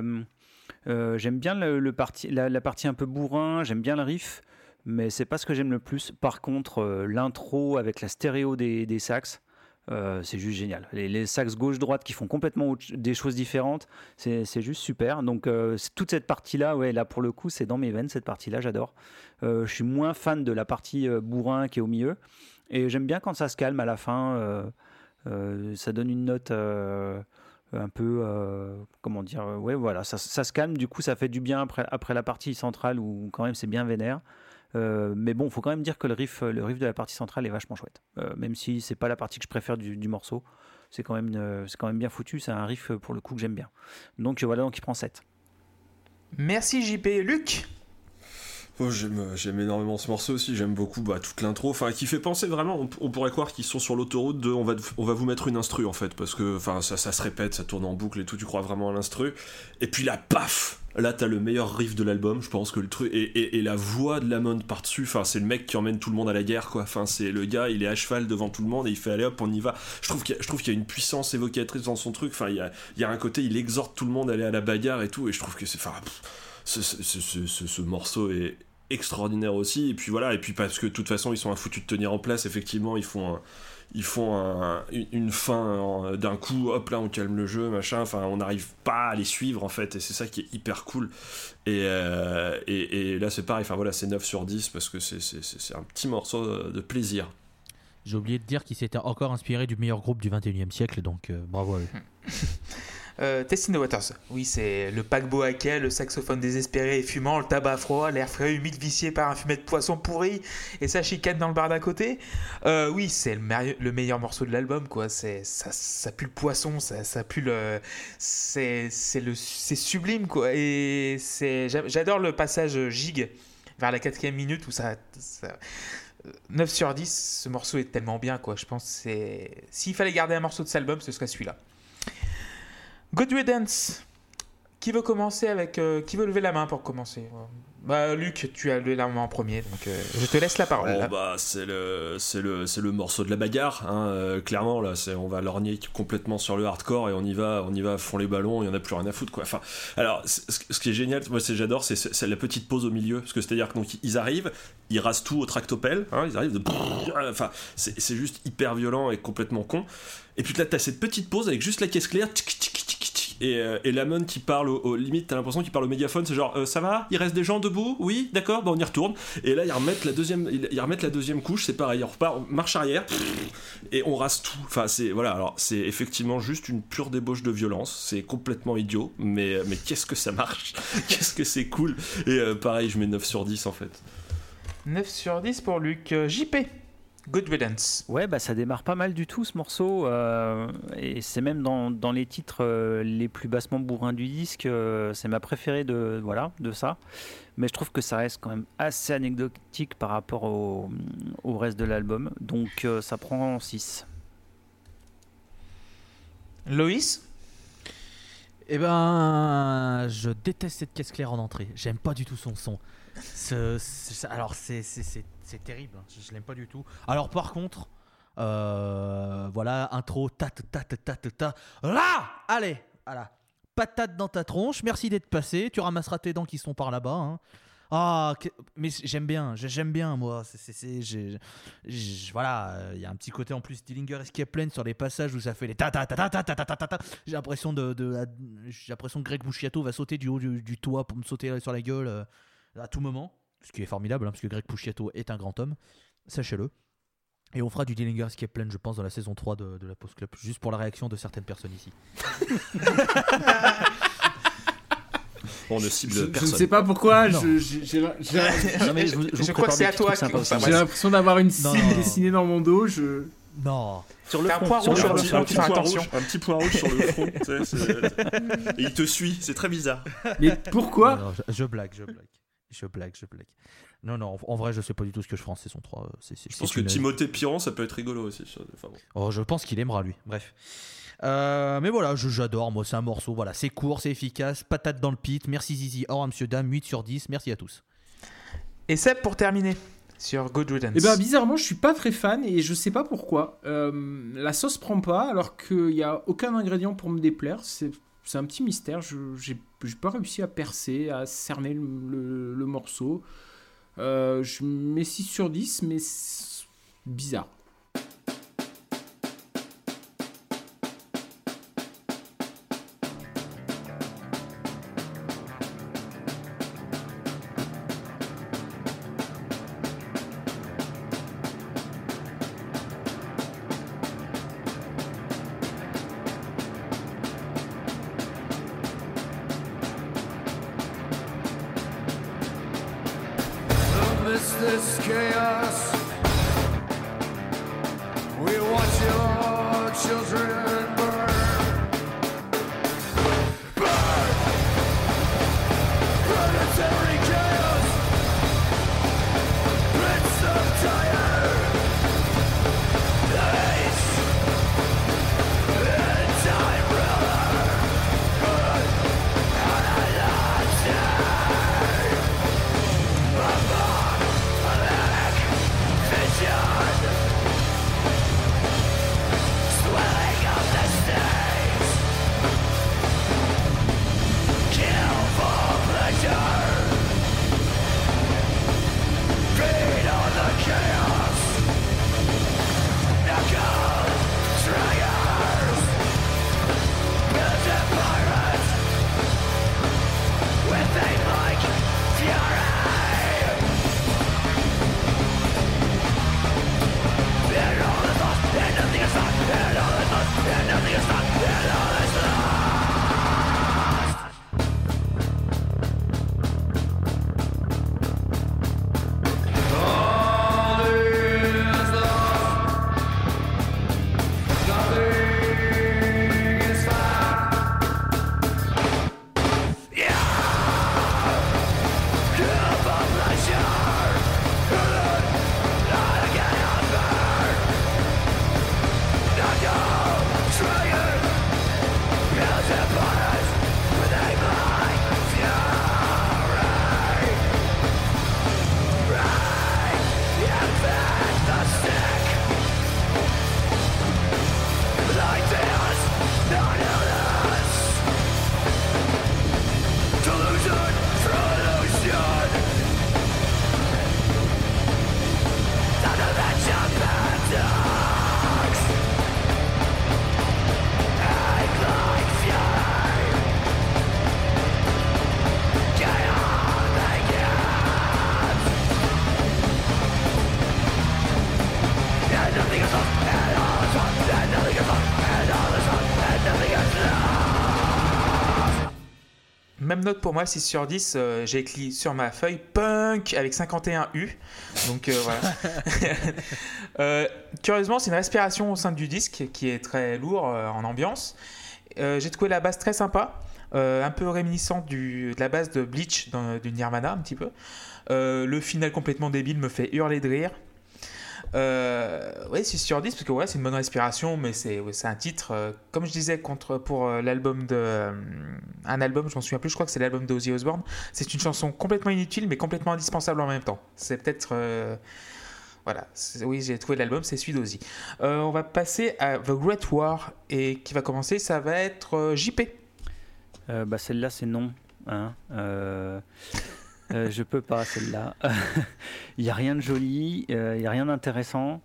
J'aime bien la partie un peu bourrin, j'aime bien le riff, mais c'est pas ce que j'aime le plus. Par contre, l'intro avec la stéréo des sax, c'est juste génial. Les sax gauche-droite qui font complètement des choses différentes, c'est juste super. Donc toute cette partie-là, ouais, là pour le coup, c'est dans mes veines, cette partie-là, j'adore. Je suis moins fan de la partie bourrin qui est au milieu. Et j'aime bien quand ça se calme à la fin. Ça donne une note un peu, comment dire, ouais, voilà, ça se calme. Du coup, ça fait du bien après la partie centrale où quand même c'est bien vénère. Mais bon, il faut quand même dire que le riff de la partie centrale est vachement chouette. Même si c'est pas la partie que je préfère du morceau, c'est quand même bien foutu. C'est un riff pour le coup que j'aime bien. Donc voilà, donc il prend 7. Merci JP. Luc. Oh, j'aime énormément ce morceau aussi, j'aime beaucoup toute l'intro, enfin qui fait penser vraiment, on pourrait croire qu'ils sont sur l'autoroute de on va vous mettre une instru en fait, parce que ça se répète, ça tourne en boucle et tout, tu crois vraiment à l'instru, et puis là, paf, là t'as le meilleur riff de l'album, je pense que le truc, et la voix de Lamont par-dessus, enfin c'est le mec qui emmène tout le monde à la guerre quoi, enfin c'est le gars, il est à cheval devant tout le monde et il fait allez hop on y va, je trouve qu'il y a une puissance évocatrice dans son truc, enfin il y a un côté, il exhorte tout le monde à aller à la bagarre et tout, et je trouve que c'est, enfin ce morceau est extraordinaire aussi, et puis voilà, et puis parce que de toute façon ils sont foutus de tenir en place, effectivement ils font une fin d'un coup, hop là on calme le jeu, machin, enfin on n'arrive pas à les suivre en fait, et c'est ça qui est hyper cool, et là c'est pareil, enfin voilà, c'est 9 sur 10 parce que c'est un petit morceau de plaisir. J'ai oublié de dire qu'il s'était encore inspiré du meilleur groupe du 21e siècle, donc bravo à eux. Testing the Waters. Oui, c'est le paquebot à quai, le saxophone désespéré et fumant, le tabac froid, l'air frais humide vicié par un fumet de poisson pourri et sa chicane dans le bar d'à côté. Oui, c'est le meilleur morceau de l'album, quoi. Ça pue le poisson, ça pue le. C'est sublime, quoi. Et j'adore le passage gigue vers la 4e minute où ça 9 sur 10, ce morceau est tellement bien, quoi. Je pense que s'il fallait garder un morceau de cet album, ce serait celui-là. Good Riddance. Qui veut commencer avec qui veut lever la main pour commencer? Bah Luc, tu as levé la main en premier, donc je te laisse la parole. Oh, bah c'est le morceau de la bagarre, hein, clairement là, on va lorgner complètement sur le hardcore et on y va à fond les ballons, il y en a plus rien à foutre quoi. Enfin, alors ce qui est génial, moi j'adore, c'est la petite pause au milieu, parce que c'est-à-dire que donc ils arrivent, ils rasent tout au tractopelle, hein, ils arrivent enfin c'est juste hyper violent et complètement con. Et puis là t'as cette petite pause avec juste la caisse claire, et Lamont qui parle au limite, t'as l'impression qu'il parle au mégaphone, c'est genre ça va, il reste des gens debout, oui d'accord, bah on y retourne, et là ils remettent la deuxième couche, c'est pareil, on repart, marche arrière et on rase tout, enfin c'est voilà, alors c'est effectivement juste une pure débauche de violence, c'est complètement idiot, mais qu'est-ce que ça marche, qu'est-ce que c'est cool, et pareil je mets 9 sur 10 en fait. 9 sur 10 pour Luc. JP, Good Riddance. Ouais, bah ça démarre pas mal du tout ce morceau, et c'est même dans les titres les plus bassement bourrins du disque, c'est ma préférée de ça. Mais je trouve que ça reste quand même assez anecdotique par rapport au reste de l'album, donc ça prend 6. Loïs. Eh ben, je déteste cette caisse claire en entrée. J'aime pas du tout son son. Alors c'est terrible. Je l'aime pas du tout. Alors par contre, voilà, intro, ta. Là, allez, voilà, patate dans ta tronche. Merci d'être passé. Tu ramasseras tes dents qui sont par là-bas. Hein. Ah, mais j'aime bien moi. Voilà, il y a un petit côté en plus Dillinger Escape Plan sur les passages où ça fait les ta. J'ai l'impression que Greg Bouchiato va sauter du haut du toit pour me sauter sur la gueule. à tout moment, ce qui est formidable, parce que Greg Puciato est un grand homme, sachez-le. Et on fera du Dillinger Escape Plan, je pense, dans la saison 3 de la Post Club, juste pour la réaction de certaines personnes ici. On ne cible Je personne. ne sais pas pourquoi, Non. j'ai Non, mais je vous Je crois que prépare c'est des à petits toi trucs qui sympas pense aussi. ça. l'impression d'avoir une Non, cible non. dessinée dans mon dos. Non. Sur le T'as un front, point sur rouge le sur front, le sur le front. Fais attention. un petit point rouge sur le front. Tu sais, et il te suit, c'est très bizarre. Mais pourquoi Non, je blague. Non, en vrai, je sais pas du tout ce que je ferai en saison 3. Je pense que Timothée Piron, ça peut être rigolo aussi. Enfin, bon. Oh, je pense qu'il aimera, lui. Bref. Mais voilà, j'adore, moi, c'est un morceau. Voilà, c'est court, c'est efficace, patate dans le pit. Merci Zizi, au revoir, monsieur, dame, 8 sur 10. Merci à tous. Et Seb, pour terminer, sur Good Riddance. Eh ben bizarrement, je suis pas très fan et je sais pas pourquoi. La sauce prend pas alors qu'il y a aucun ingrédient pour me déplaire. C'est un petit mystère. J'ai pas réussi à percer, à cerner le morceau. Je mets 6 sur 10, mais c'est bizarre. Amidst this chaos, we watch your children burn. Burn! Planetary chaos! Prince of Tyre! Ace! Time ruler! Swelling of the states, kill for pleasure, feed on the chaos, knuckle triggers, militant pirates, with a like fury. Même note pour moi, 6 sur 10. J'ai écrit sur ma feuille punk avec 51 U. Donc voilà. Curieusement, c'est une respiration au sein du disque qui est très lourd en ambiance. J'ai trouvé la basse très sympa. Un peu réminiscente de la base de Bleach du Nirvana, un petit peu. Le final complètement débile me fait hurler de rire. Ouais, 6 sur 10 parce que ouais, c'est une bonne respiration, mais c'est un titre comme je disais pour l'album un album, je m'en souviens plus, je crois que c'est l'album d'Ozzy Osbourne. C'est une chanson complètement inutile mais complètement indispensable en même temps. C'est peut-être voilà, oui, j'ai trouvé l'album, c'est celui d'Ozzy. On va passer à The Great War et qui va commencer, ça va être JP. Celle-là c'est non, hein. Je peux pas celle-là. Il n'y a rien de joli, il n'y a rien d'intéressant.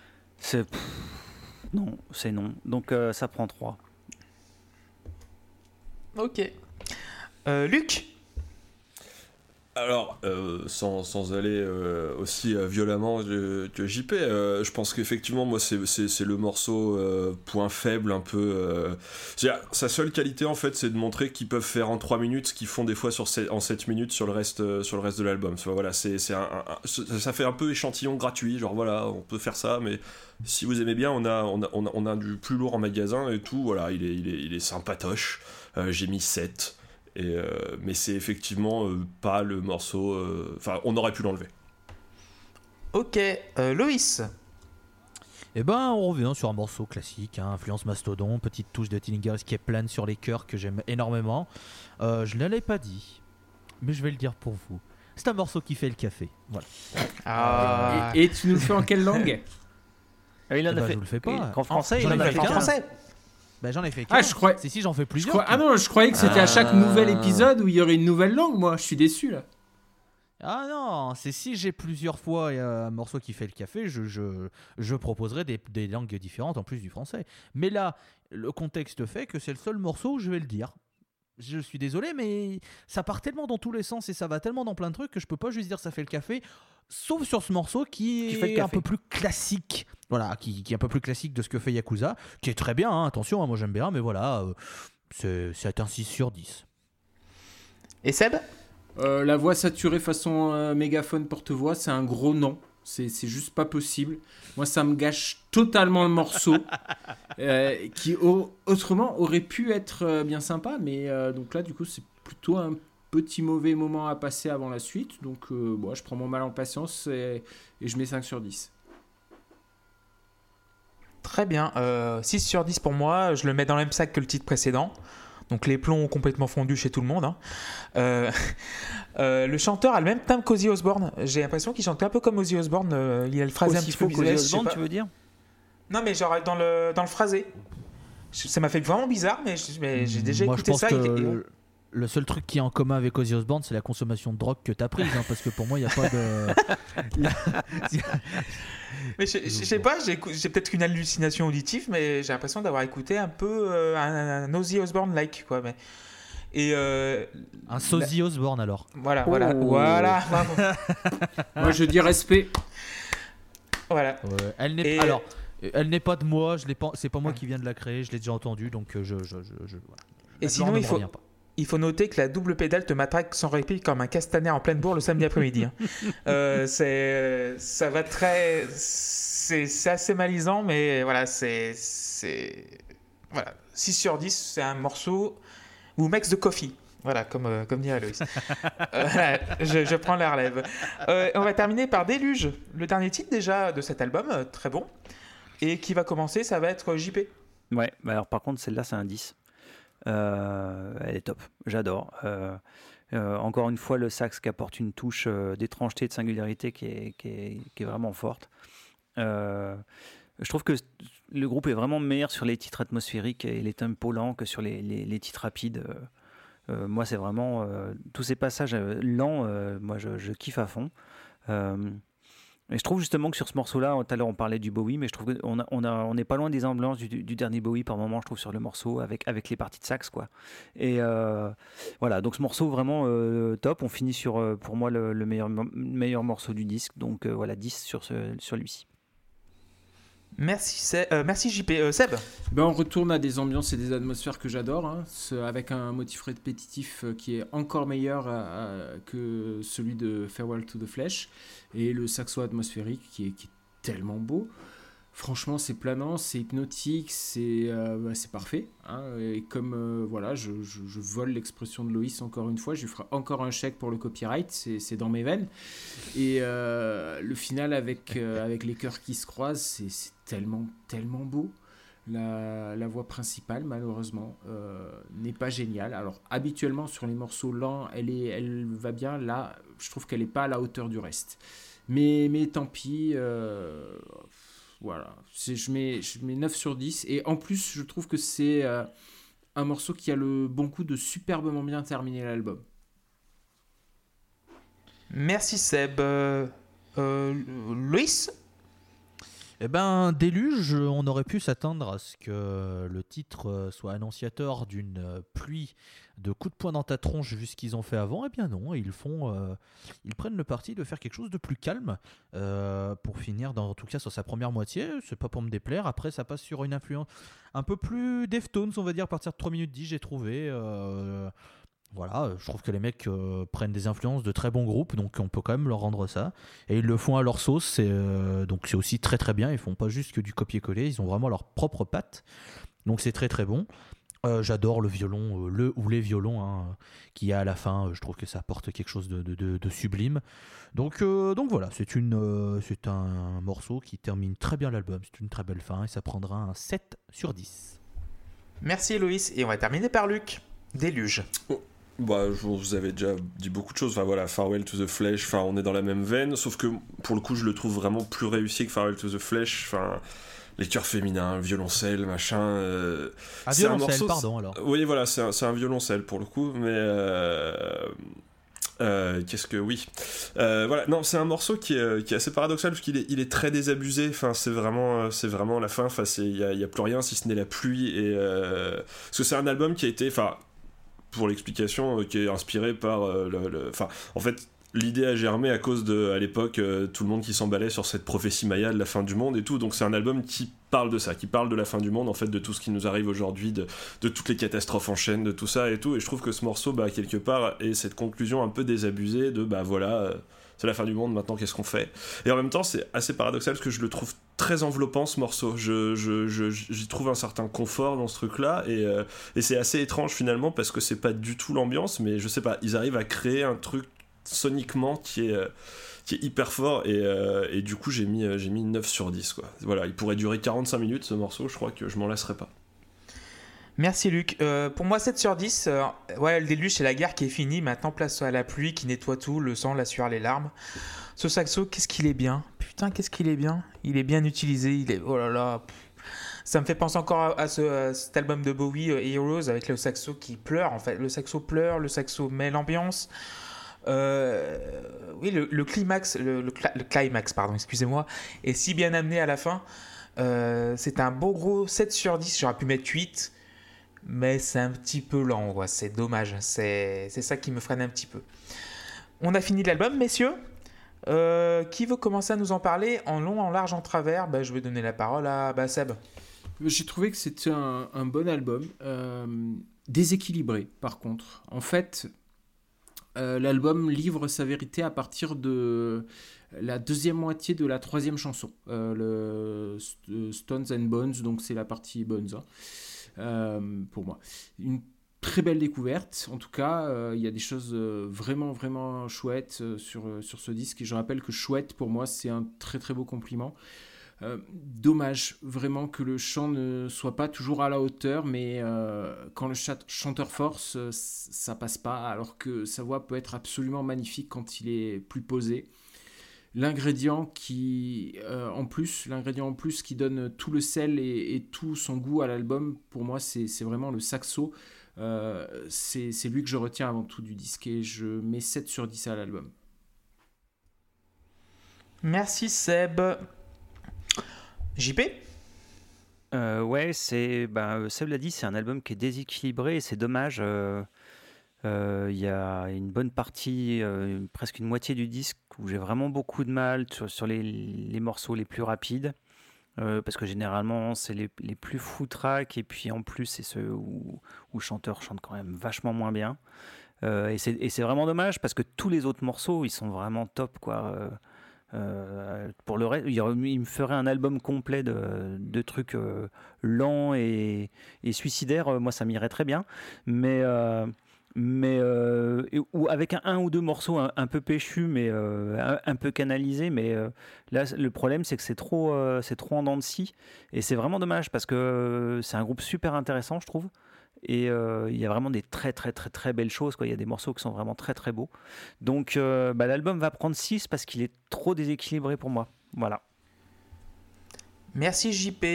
Non, c'est non. Donc ça prend 3. Ok. Luc. Alors, sans aller aussi violemment que JP, je pense qu'effectivement, moi, c'est le morceau point faible un peu. Sa seule qualité, en fait, c'est de montrer qu'ils peuvent faire en 3 minutes ce qu'ils font des fois en 7 minutes sur le reste de l'album. Voilà, ça fait un peu échantillon gratuit, genre voilà, on peut faire ça, mais si vous aimez bien, on a du plus lourd en magasin et tout, voilà, il est sympatoche. J'ai mis 7. Mais c'est effectivement pas le morceau. Enfin, on aurait pu l'enlever. Ok, Loïs. Eh ben, on revient sur un morceau classique, hein, influence Mastodon, petite touche de Tillinghast qui est pleine sur les chœurs que j'aime énormément. Je ne l'avais pas dit, mais je vais le dire pour vous. C'est un morceau qui fait le café. Voilà. Ah. Et tu nous le fais en quelle langue? Il en a Bah, fait. je vous le fais pas. En français, J'en il en ai a fait fait en qu'un. français. Bah, j'en ai fait Ah, qu'un. je croyais. Si, j'en fais plusieurs. Ah non, je croyais que c'était à chaque nouvel épisode où il y aurait une nouvelle langue, moi. Je suis déçu là. Ah non, c'est si j'ai plusieurs fois un morceau qui fait le café, je proposerai des langues différentes en plus du français. Mais là, le contexte fait que c'est le seul morceau où je vais le dire. Je suis désolé, mais ça part tellement dans tous les sens et ça va tellement dans plein de trucs que je peux pas juste dire ça fait le café, sauf sur ce morceau qui Qui fait le est un café. peu plus classique. Voilà, qui est un peu plus classique de ce que fait Yakuza, qui est très bien, hein, attention, hein, moi j'aime bien, mais voilà, c'est un 6 sur 10. Et Seb? La voix saturée façon mégaphone porte-voix, c'est un gros non. C'est juste pas possible. Moi, ça me gâche totalement le morceau. Qui autrement aurait pu être bien sympa. Mais donc là, du coup, c'est plutôt un petit mauvais moment à passer avant la suite. Donc, je prends mon mal en patience et je mets 5 sur 10. Très bien. 6 sur 10 pour moi. Je le mets dans le même sac que le titre précédent. Donc les plombs ont complètement fondu chez tout le monde. Hein. Le chanteur a le même timbre qu'Ozzy Osbourne. J'ai l'impression qu'il chante un peu comme Ozzy Osbourne. Il a le phrasé un Aussi petit peu faux qu'Ozzy visuel. je sais Osbourne, pas. tu veux dire? Non, mais genre dans le phrasé. Ça m'a fait vraiment bizarre, mais j'ai déjà Moi, je écouté pense ça. que le seul truc qui est en commun avec Ozzy Osbourne, c'est la consommation de drogue que t'as prise, hein, parce que pour moi, il n'y a pas de... Mais je sais pas, j'ai peut-être une hallucination auditive, mais j'ai l'impression d'avoir écouté un peu un Ozzy Osbourne-like, quoi. Mais... Et Un sosie Osbourne, alors. voilà. Oh. Moi, je dis respect. Voilà. Elle n'est Et- alors, elle n'est pas de moi, c'est pas moi qui viens de la créer, je l'ai déjà entendue, donc voilà. Et La sinon, gloire ne il me faut, revient pas. il faut noter que la double pédale te matraque sans répit comme un castaner en pleine bourre le samedi après-midi. Hein. Ça va très... C'est assez malaisant, mais voilà, voilà, 6 sur 10, c'est un morceau ou Max de Coffee. Voilà, comme dirait Loïs. Voilà, je prends la relève. On va terminer par Déluge, le dernier titre déjà de cet album, très bon. Et qui va commencer, ça va être JP. Ouais, bah alors par contre, celle-là, c'est un 10. Elle est top, j'adore. Encore une fois, le sax qui apporte une touche d'étrangeté, de singularité qui est vraiment forte. Je trouve que le groupe est vraiment meilleur sur les titres atmosphériques et les tempos lents que sur les titres rapides. Moi, c'est vraiment tous ces passages lents, moi je kiffe à fond. Et je trouve justement que sur ce morceau-là, tout à l'heure on parlait du Bowie, mais je trouve qu'on n'est pas loin des ambiances du dernier Bowie par moment, je trouve, sur le morceau, avec les parties de sax, quoi. Et voilà, donc ce morceau vraiment top. On finit sur, pour moi, le meilleur morceau du disque, donc voilà, 10 sur lui-ci. Merci JP. Seb. On retourne à des ambiances et des atmosphères que j'adore, hein, avec un motif répétitif qui est encore meilleur que celui de Farewell to the Flesh, et le saxo atmosphérique qui est tellement beau. Franchement, c'est planant, c'est hypnotique, c'est parfait. Hein, et comme voilà, je vole l'expression de Loïs encore une fois, je lui ferai encore un chèque pour le copyright, c'est dans mes veines. Et le final avec les cœurs qui se croisent, c'est tellement, tellement beau. La voix principale, malheureusement, n'est pas géniale. Alors, habituellement, sur les morceaux lents, elle va bien. Là, je trouve qu'elle n'est pas à la hauteur du reste. Mais tant pis. Voilà. Je mets 9 sur 10. Et en plus, je trouve que c'est un morceau qui a le bon coup de superbement bien terminer l'album. Merci Seb. Loïs. Eh ben, Déluge, on aurait pu s'attendre à ce que le titre soit annonciateur d'une pluie de coups de poing dans ta tronche vu ce qu'ils ont fait avant. Eh bien non, ils prennent le parti de faire quelque chose de plus calme pour finir, en tout cas sur sa première moitié. C'est pas pour me déplaire. Après, ça passe sur une influence un peu plus Deftones, on va dire, à partir de 3 minutes 10, j'ai trouvé. Voilà, je trouve que les mecs prennent des influences de très bons groupes, donc on peut quand même leur rendre ça. Et ils le font à leur sauce, donc c'est aussi très très bien. Ils font pas juste que du copier-coller, ils ont vraiment leur propre patte. Donc c'est très très bon. J'adore le violon, les violons hein, qu'il y a à la fin. Je trouve que ça apporte quelque chose de sublime. Donc voilà, c'est un morceau qui termine très bien l'album. C'est une très belle fin et ça prendra un 7 sur 10. Merci Loïs, et on va terminer par Luc. Déluge. Bah, vous avez déjà dit beaucoup de choses. Enfin voilà, Farewell to the Flesh, enfin on est dans la même veine, sauf que pour le coup je le trouve vraiment plus réussi que Farewell to the Flesh. Enfin, les chœurs féminins, violoncelle, machin. Un c'est violoncelle, morceau, pardon alors. Oui, voilà, c'est un violoncelle pour le coup, mais qu'est-ce que oui. Voilà, non, c'est un morceau qui est assez paradoxal parce qu'il est très désabusé. Enfin, c'est vraiment la fin. Enfin, il y a plus rien si ce n'est la pluie et parce que c'est un album qui a été, enfin. Pour l'explication, qui est inspiré par enfin, en fait, l'idée a germé à cause de, à l'époque, tout le monde qui s'emballait sur cette prophétie maya de la fin du monde et tout. Donc c'est un album qui parle de ça, qui parle de la fin du monde, en fait, de tout ce qui nous arrive aujourd'hui, de toutes les catastrophes en chaîne, de tout ça et tout. Et je trouve que ce morceau, bah, quelque part, est cette conclusion un peu désabusée de, bah voilà. C'est la fin du monde, maintenant qu'est-ce qu'on fait? Et en même temps, c'est assez paradoxal parce que je le trouve très enveloppant ce morceau. J'y trouve un certain confort dans ce truc-là et c'est assez étrange finalement parce que c'est pas du tout l'ambiance, mais je sais pas, ils arrivent à créer un truc soniquement qui est hyper fort et du coup j'ai mis 9 sur 10 quoi. Voilà, il pourrait durer 45 minutes ce morceau, je crois que je m'en lasserai pas. Merci Luc. Pour moi 7 sur 10, ouais, le déluge c'est la guerre qui est finie, maintenant place à la pluie qui nettoie tout, le sang, la sueur, les larmes. Ce saxo, qu'est-ce qu'il est bien. Putain, qu'est-ce qu'il est bien. Il est bien utilisé, oh là là. Ça me fait penser encore à cet album de Bowie, Heroes, avec le saxo qui pleure en fait. Le saxo pleure, le saxo met l'ambiance. Oui, le climax, le climax, pardon, excusez-moi, est si bien amené à la fin. C'est un beau gros 7 sur 10, j'aurais pu mettre 8. Mais c'est un petit peu lent, ouais, c'est dommage. C'est ça qui me freine un petit peu. On a fini l'album, messieurs. Qui veut commencer à nous en parler en long, en large, en travers? Je vais donner la parole à Seb. J'ai trouvé que c'était un bon album. Déséquilibré, par contre. En fait, l'album livre sa vérité à partir de la deuxième moitié de la troisième chanson. Le Stones and Bones, donc c'est la partie Bones. Pour moi. Une très belle découverte, en tout cas, il y a des choses vraiment, vraiment chouettes sur ce disque, et je rappelle que chouette, pour moi, c'est un très, très beau compliment. Dommage, vraiment, que le chant ne soit pas toujours à la hauteur, mais quand le chanteur force, ça passe pas, alors que sa voix peut être absolument magnifique quand il est plus posé. L'ingrédient en plus qui donne tout le sel et tout son goût à l'album, pour moi c'est vraiment le saxo. C'est lui que je retiens avant tout du disque et je mets 7 sur 10 à l'album. Merci Seb. JP? Ouais, Seb l'a dit, c'est un album qui est déséquilibré et c'est dommage. Il y a une bonne partie, presque une moitié du disque où j'ai vraiment beaucoup de mal sur les morceaux les plus rapides, parce que généralement c'est les plus foutraques et puis en plus c'est ceux où le chanteur chante quand même vachement moins bien, et c'est vraiment dommage parce que tous les autres morceaux ils sont vraiment top quoi. Pour le reste, il me ferait un album complet de trucs lents et suicidaires, moi ça m'irait très bien, mais ou avec un ou deux morceaux un peu péchus mais un peu canalisés, mais là le problème c'est que c'est trop en dents de scie et c'est vraiment dommage parce que c'est un groupe super intéressant je trouve, et il y a vraiment des très très très très belles choses quoi. Il y a des morceaux qui sont vraiment très très beaux, donc l'album va prendre 6 parce qu'il est trop déséquilibré pour moi, voilà. Merci JP.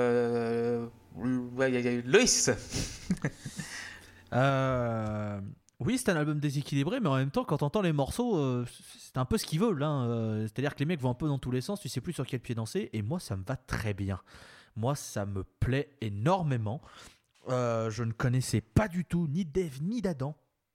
Loïs. Oui, c'est un album déséquilibré, mais en même temps, quand t'entends les morceaux, c'est un peu ce qu'ils veulent. Hein. C'est-à-dire que les mecs vont un peu dans tous les sens, tu sais plus sur quel pied danser, et moi, ça me va très bien. Moi, ça me plaît énormément. Je ne connaissais pas du tout ni Dave ni d'Adam.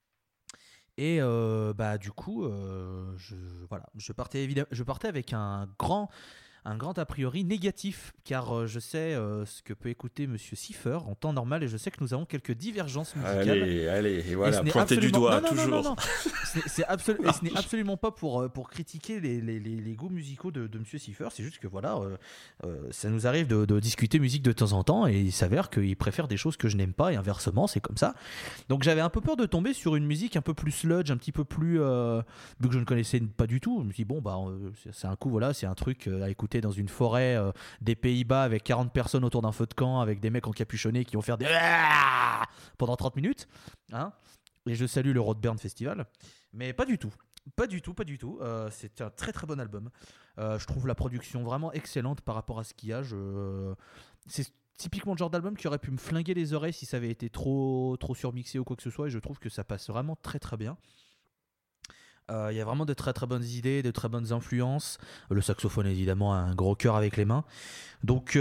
Et du coup, voilà, je partais avec un grand a priori négatif, car je sais ce que peut écouter Monsieur Cipher en temps normal, et je sais que nous avons quelques divergences musicales. Allez, et voilà, Et ce n'est pointez du absolument- doigt, non, toujours. non. Et ce n'est absolument pas pour critiquer les goûts musicaux de Monsieur Cipher, c'est juste que voilà, ça nous arrive de discuter musique de temps en temps, et il s'avère qu'il préfère des choses que je n'aime pas, et inversement, c'est comme ça. Donc j'avais un peu peur de tomber sur une musique un peu plus sludge, un petit peu plus vu que je ne connaissais pas du tout. Je me suis dit c'est un coup, voilà, c'est un truc à écouter dans une forêt des Pays-Bas avec 40 personnes autour d'un feu de camp, avec des mecs encapuchonnés qui vont faire des pendant 30 minutes, hein. Et je salue le Roadburn Festival, mais pas du tout. C'est un très très bon album. Je trouve la production vraiment excellente par rapport à ce qu'il y a. C'est typiquement le genre d'album qui aurait pu me flinguer les oreilles si ça avait été trop surmixé ou quoi que ce soit, et je trouve que ça passe vraiment très très bien. Il y a vraiment de très très bonnes idées, de très bonnes influences. Le saxophone évidemment a un gros cœur avec les mains. Donc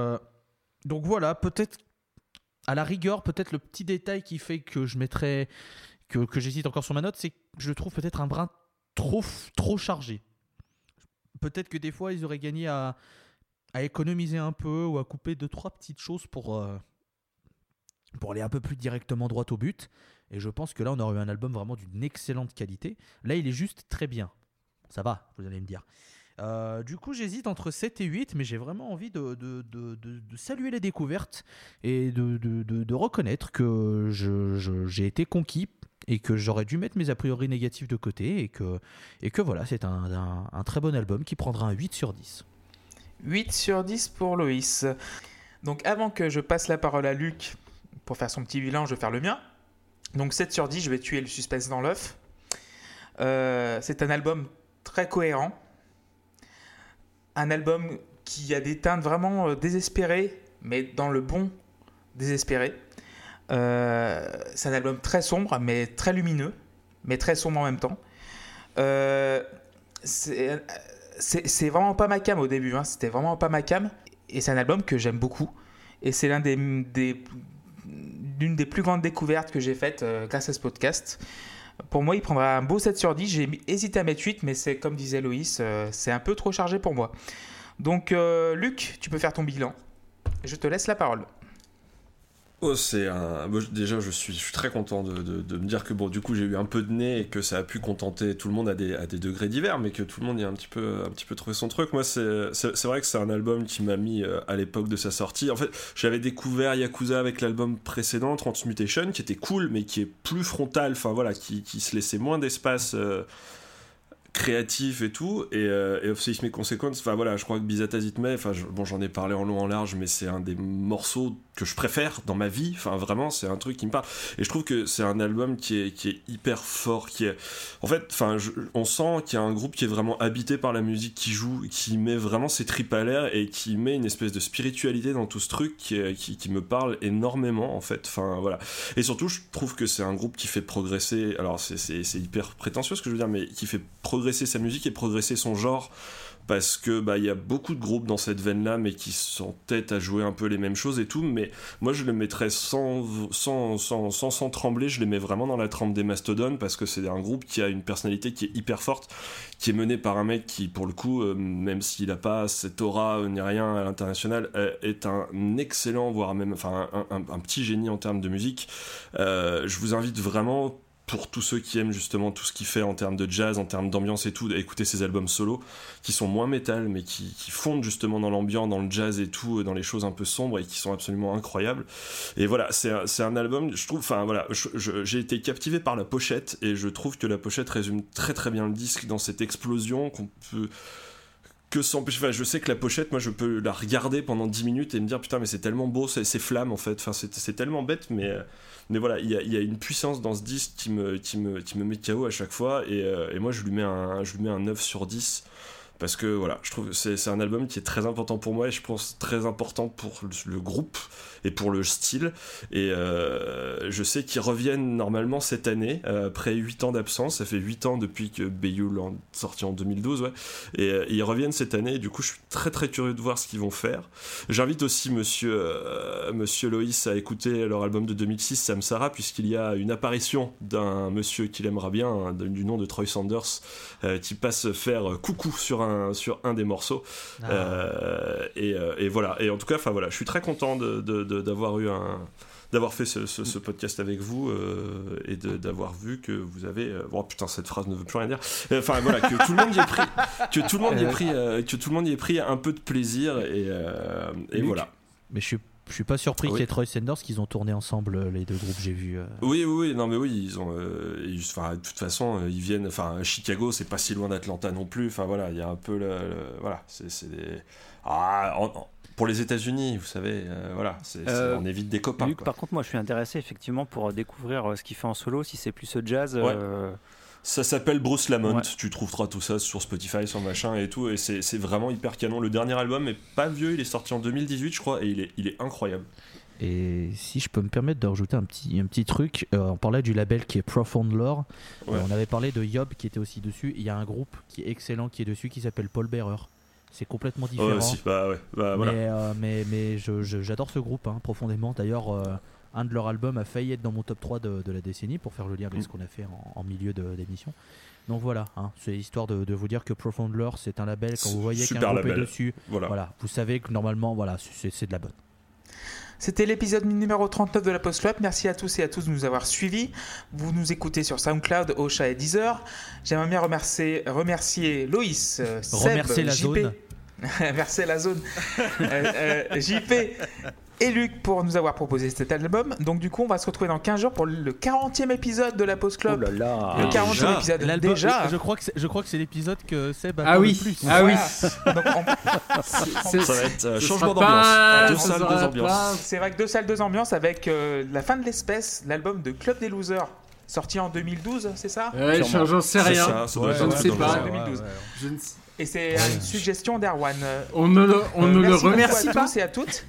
voilà, peut-être à la rigueur, peut-être le petit détail qui fait que je mettrais que j'hésite encore sur ma note, c'est que je le trouve peut-être un brin trop chargé. Peut-être que des fois ils auraient gagné à économiser un peu ou à couper 2-3 petites choses pour aller un peu plus directement droit au but. Et je pense que là, on aurait eu un album vraiment d'une excellente qualité. Là, il est juste très bien. Ça va, vous allez me dire. Du coup, j'hésite entre 7 et 8, mais j'ai vraiment envie de saluer les découvertes et de reconnaître que j'ai été conquis et que j'aurais dû mettre mes a priori négatifs de côté et que voilà, c'est un très bon album qui prendra un 8 sur 10. 8 sur 10 pour Loïs. Donc avant que je passe la parole à Luc pour faire son petit bilan, je vais faire le mien. Donc 7 sur 10, je vais tuer le suspense dans l'œuf. C'est un album très cohérent. Un album qui a des teintes vraiment désespérées, mais dans le bon désespéré. C'est un album très sombre, mais très lumineux, mais très sombre en même temps. C'est vraiment pas ma cam au début, hein. C'était vraiment pas ma cam. Et c'est un album que j'aime beaucoup. Et c'est l'une des plus grandes découvertes que j'ai faites grâce à ce podcast. Pour moi, il prendra un beau 7 sur 10. J'ai hésité à mettre 8, mais c'est comme disait Loïs, c'est un peu trop chargé pour moi. Donc, Luc, tu peux faire ton bilan. Je te laisse la parole. Déjà, je suis très content de me dire que bon, du coup, j'ai eu un peu de nez et que ça a pu contenter tout le monde à des degrés divers, mais que tout le monde y a un petit peu trouvé son truc. Moi, c'est vrai que c'est un album qui m'a mis à l'époque de sa sortie. En fait, j'avais découvert Yakuza avec l'album précédent, Transmutation, qui était cool, mais qui est plus frontal, enfin voilà, qui se laissait moins d'espace créatif et tout, et Of Seismic Consequence, enfin voilà, je crois que Bizata Zitme, j'en ai parlé en long en large, mais c'est un des morceaux que je préfère dans ma vie, enfin vraiment c'est un truc qui me parle, et je trouve que c'est un album qui est hyper fort, en fait, on sent qu'il y a un groupe qui est vraiment habité par la musique qui joue, qui met vraiment ses tripes à l'air et qui met une espèce de spiritualité dans tout ce truc qui me parle énormément en fait, enfin voilà, et surtout je trouve que c'est un groupe qui fait progresser, alors c'est hyper prétentieux ce que je veux dire, mais qui fait progresser sa musique et progresser son genre, parce que il y a beaucoup de groupes dans cette veine là mais qui s'entêtent à jouer un peu les mêmes choses et tout, mais moi je le mettrais sans trembler, je les mets vraiment dans la trempe des Mastodon, parce que c'est un groupe qui a une personnalité qui est hyper forte, qui est mené par un mec qui pour le coup même s'il a pas cette aura ni rien à l'international, est un excellent, voire même un petit génie en termes de musique. Je vous invite vraiment, pour tous ceux qui aiment justement tout ce qu'il fait en termes de jazz, en termes d'ambiance et tout, d'écouter ses albums solo, qui sont moins métal, mais qui fondent justement dans l'ambiance, dans le jazz et tout, dans les choses un peu sombres, et qui sont absolument incroyables. Et voilà, c'est un album, je trouve, j'ai été captivé par la pochette, et je trouve que la pochette résume très très bien le disque dans cette explosion qu'on peut... je sais que la pochette, moi je peux la regarder pendant 10 minutes et me dire putain mais c'est tellement beau, c'est flamme en fait, c'est tellement bête, mais voilà, il y a une puissance dans ce disque qui me met KO à chaque fois, et moi je lui mets un 9 sur 10, parce que voilà, je trouve que c'est un album qui est très important pour moi et je pense très important pour le groupe et pour le style. Et je sais qu'ils reviennent normalement cette année, après 8 ans d'absence. Ça fait 8 ans depuis que Bayou l'a sorti en 2012, ouais. Et ils reviennent cette année, et du coup je suis très très curieux de voir ce qu'ils vont faire. J'invite aussi monsieur Loïs à écouter leur album de 2006, Samsara, puisqu'il y a une apparition d'un monsieur qu'il aimera bien, hein, du nom de Troy Sanders, qui passe faire coucou sur un des morceaux. Et voilà. Et en tout cas, je suis très content d'avoir fait ce podcast avec vous et d'avoir vu que vous avez oh putain, cette phrase ne veut plus rien dire, enfin voilà, que tout le monde y ait pris un peu de plaisir et Luc, voilà. Mais je suis pas surpris qu'il y ait Troy Sanders qu'ils ont tourné ensemble, les deux groupes, j'ai vu. Oui, non mais oui, ils ont de toute façon ils viennent, enfin Chicago c'est pas si loin d'Atlanta non plus, enfin voilà, il y a un peu voilà, c'est des pour les États-Unis, vous savez, voilà, on évite des copains. Luc, par contre, moi, je suis intéressé effectivement pour découvrir ce qu'il fait en solo, si c'est plus ce jazz. Ouais. Ça s'appelle Bruce Lamont. Ouais. Tu trouveras tout ça sur Spotify, sur machin et tout, et c'est vraiment hyper canon. Le dernier album est pas vieux, il est sorti en 2018, je crois, et il est incroyable. Et si je peux me permettre de rajouter un petit truc, on parlait du label qui est Profound Lore. Ouais. On avait parlé de Yob qui était aussi dessus. Il y a un groupe qui est excellent qui est dessus qui s'appelle Paul Bearer. C'est complètement différent. Si, voilà. Mais j'adore ce groupe profondément. D'ailleurs, un de leurs albums a failli être dans mon top 3 de la décennie, pour faire le lien avec ce qu'on a fait en milieu d'émission. Donc voilà, c'est histoire de vous dire que Profound Lore, c'est un label. Quand vous voyez qu'un groupe est dessus, voilà, vous savez que normalement, voilà, c'est de la bonne. C'était l'épisode numéro 39 de la Post Club. Merci à tous et à tous de nous avoir suivis. Vous nous écoutez sur SoundCloud, Ocha et Deezer. J'aimerais bien remercier Loïs, Remercier Seb, la JP, zone. Remercier la zone, JP et Luc pour nous avoir proposé cet album. Donc du coup, on va se retrouver dans 15 jours pour le 40e épisode de la Post Club. Oh là là. Le 40e épisode. L'album, Déjà. je crois que c'est l'épisode que Seb Ah attend oui, le plus. ah oui. Donc, Ça va être changement pas- d'ambiance. Deux ça salles, sera deux ambiances. pas- c'est vrai que 2 salles, 2 ambiances avec La fin de l'espèce, l'album de Club des Losers, sorti en 2012, c'est ça? Ouais, j'en sais C'est rien. ça doit je être ne un sais truc pas. dans le 2012. Je ne sais- Et c'est une suggestion d'Erwan. On ne le Merci remercie beaucoup à pas. tous et à toutes.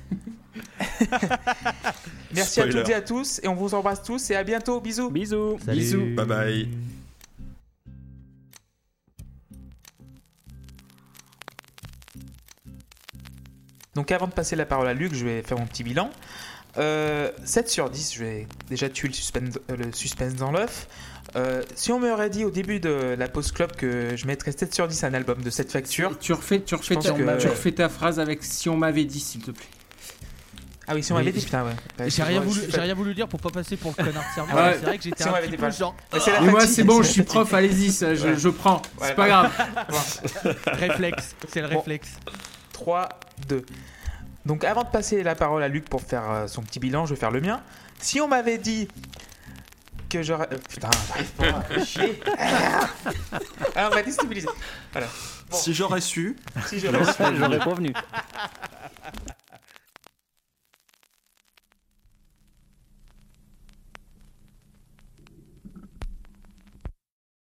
Merci à Spoiler. toutes et à tous. Et on vous embrasse tous et à bientôt. Bisous. Bisous. Salut. Bisous. Bye bye. Donc avant de passer la parole à Luc, je vais faire mon petit bilan. 7 sur 10, je vais déjà tuer le suspense dans l'œuf. Si on m'aurait dit au début de la Post Club que je mettrais 7 sur 10 à un album de cette facture. Tu refais ta phrase avec si on m'avait dit, s'il te plaît. Ah oui, si on m'avait dit, putain, ouais. J'ai rien voulu dire pour pas passer pour le connard de serveur. Ouais. C'est vrai que j'étais Si on un m'avait petit dit peu pas. genre C'est la Mais moi, fatigue, c'est bon, la je suis fatigue. prof, allez-y, je prends. Ouais, C'est pas grave. réflexe. C'est le Bon. réflexe. 3, 2. Donc avant de passer la parole à Luc pour faire son petit bilan, je vais faire le mien. Si on m'avait dit que j'aurais... putain, j'arrive pas à chier. Ah, on va déstabiliser. Voilà. Bon. Si j'aurais su. Si j'aurais su. J'aurais prévenu.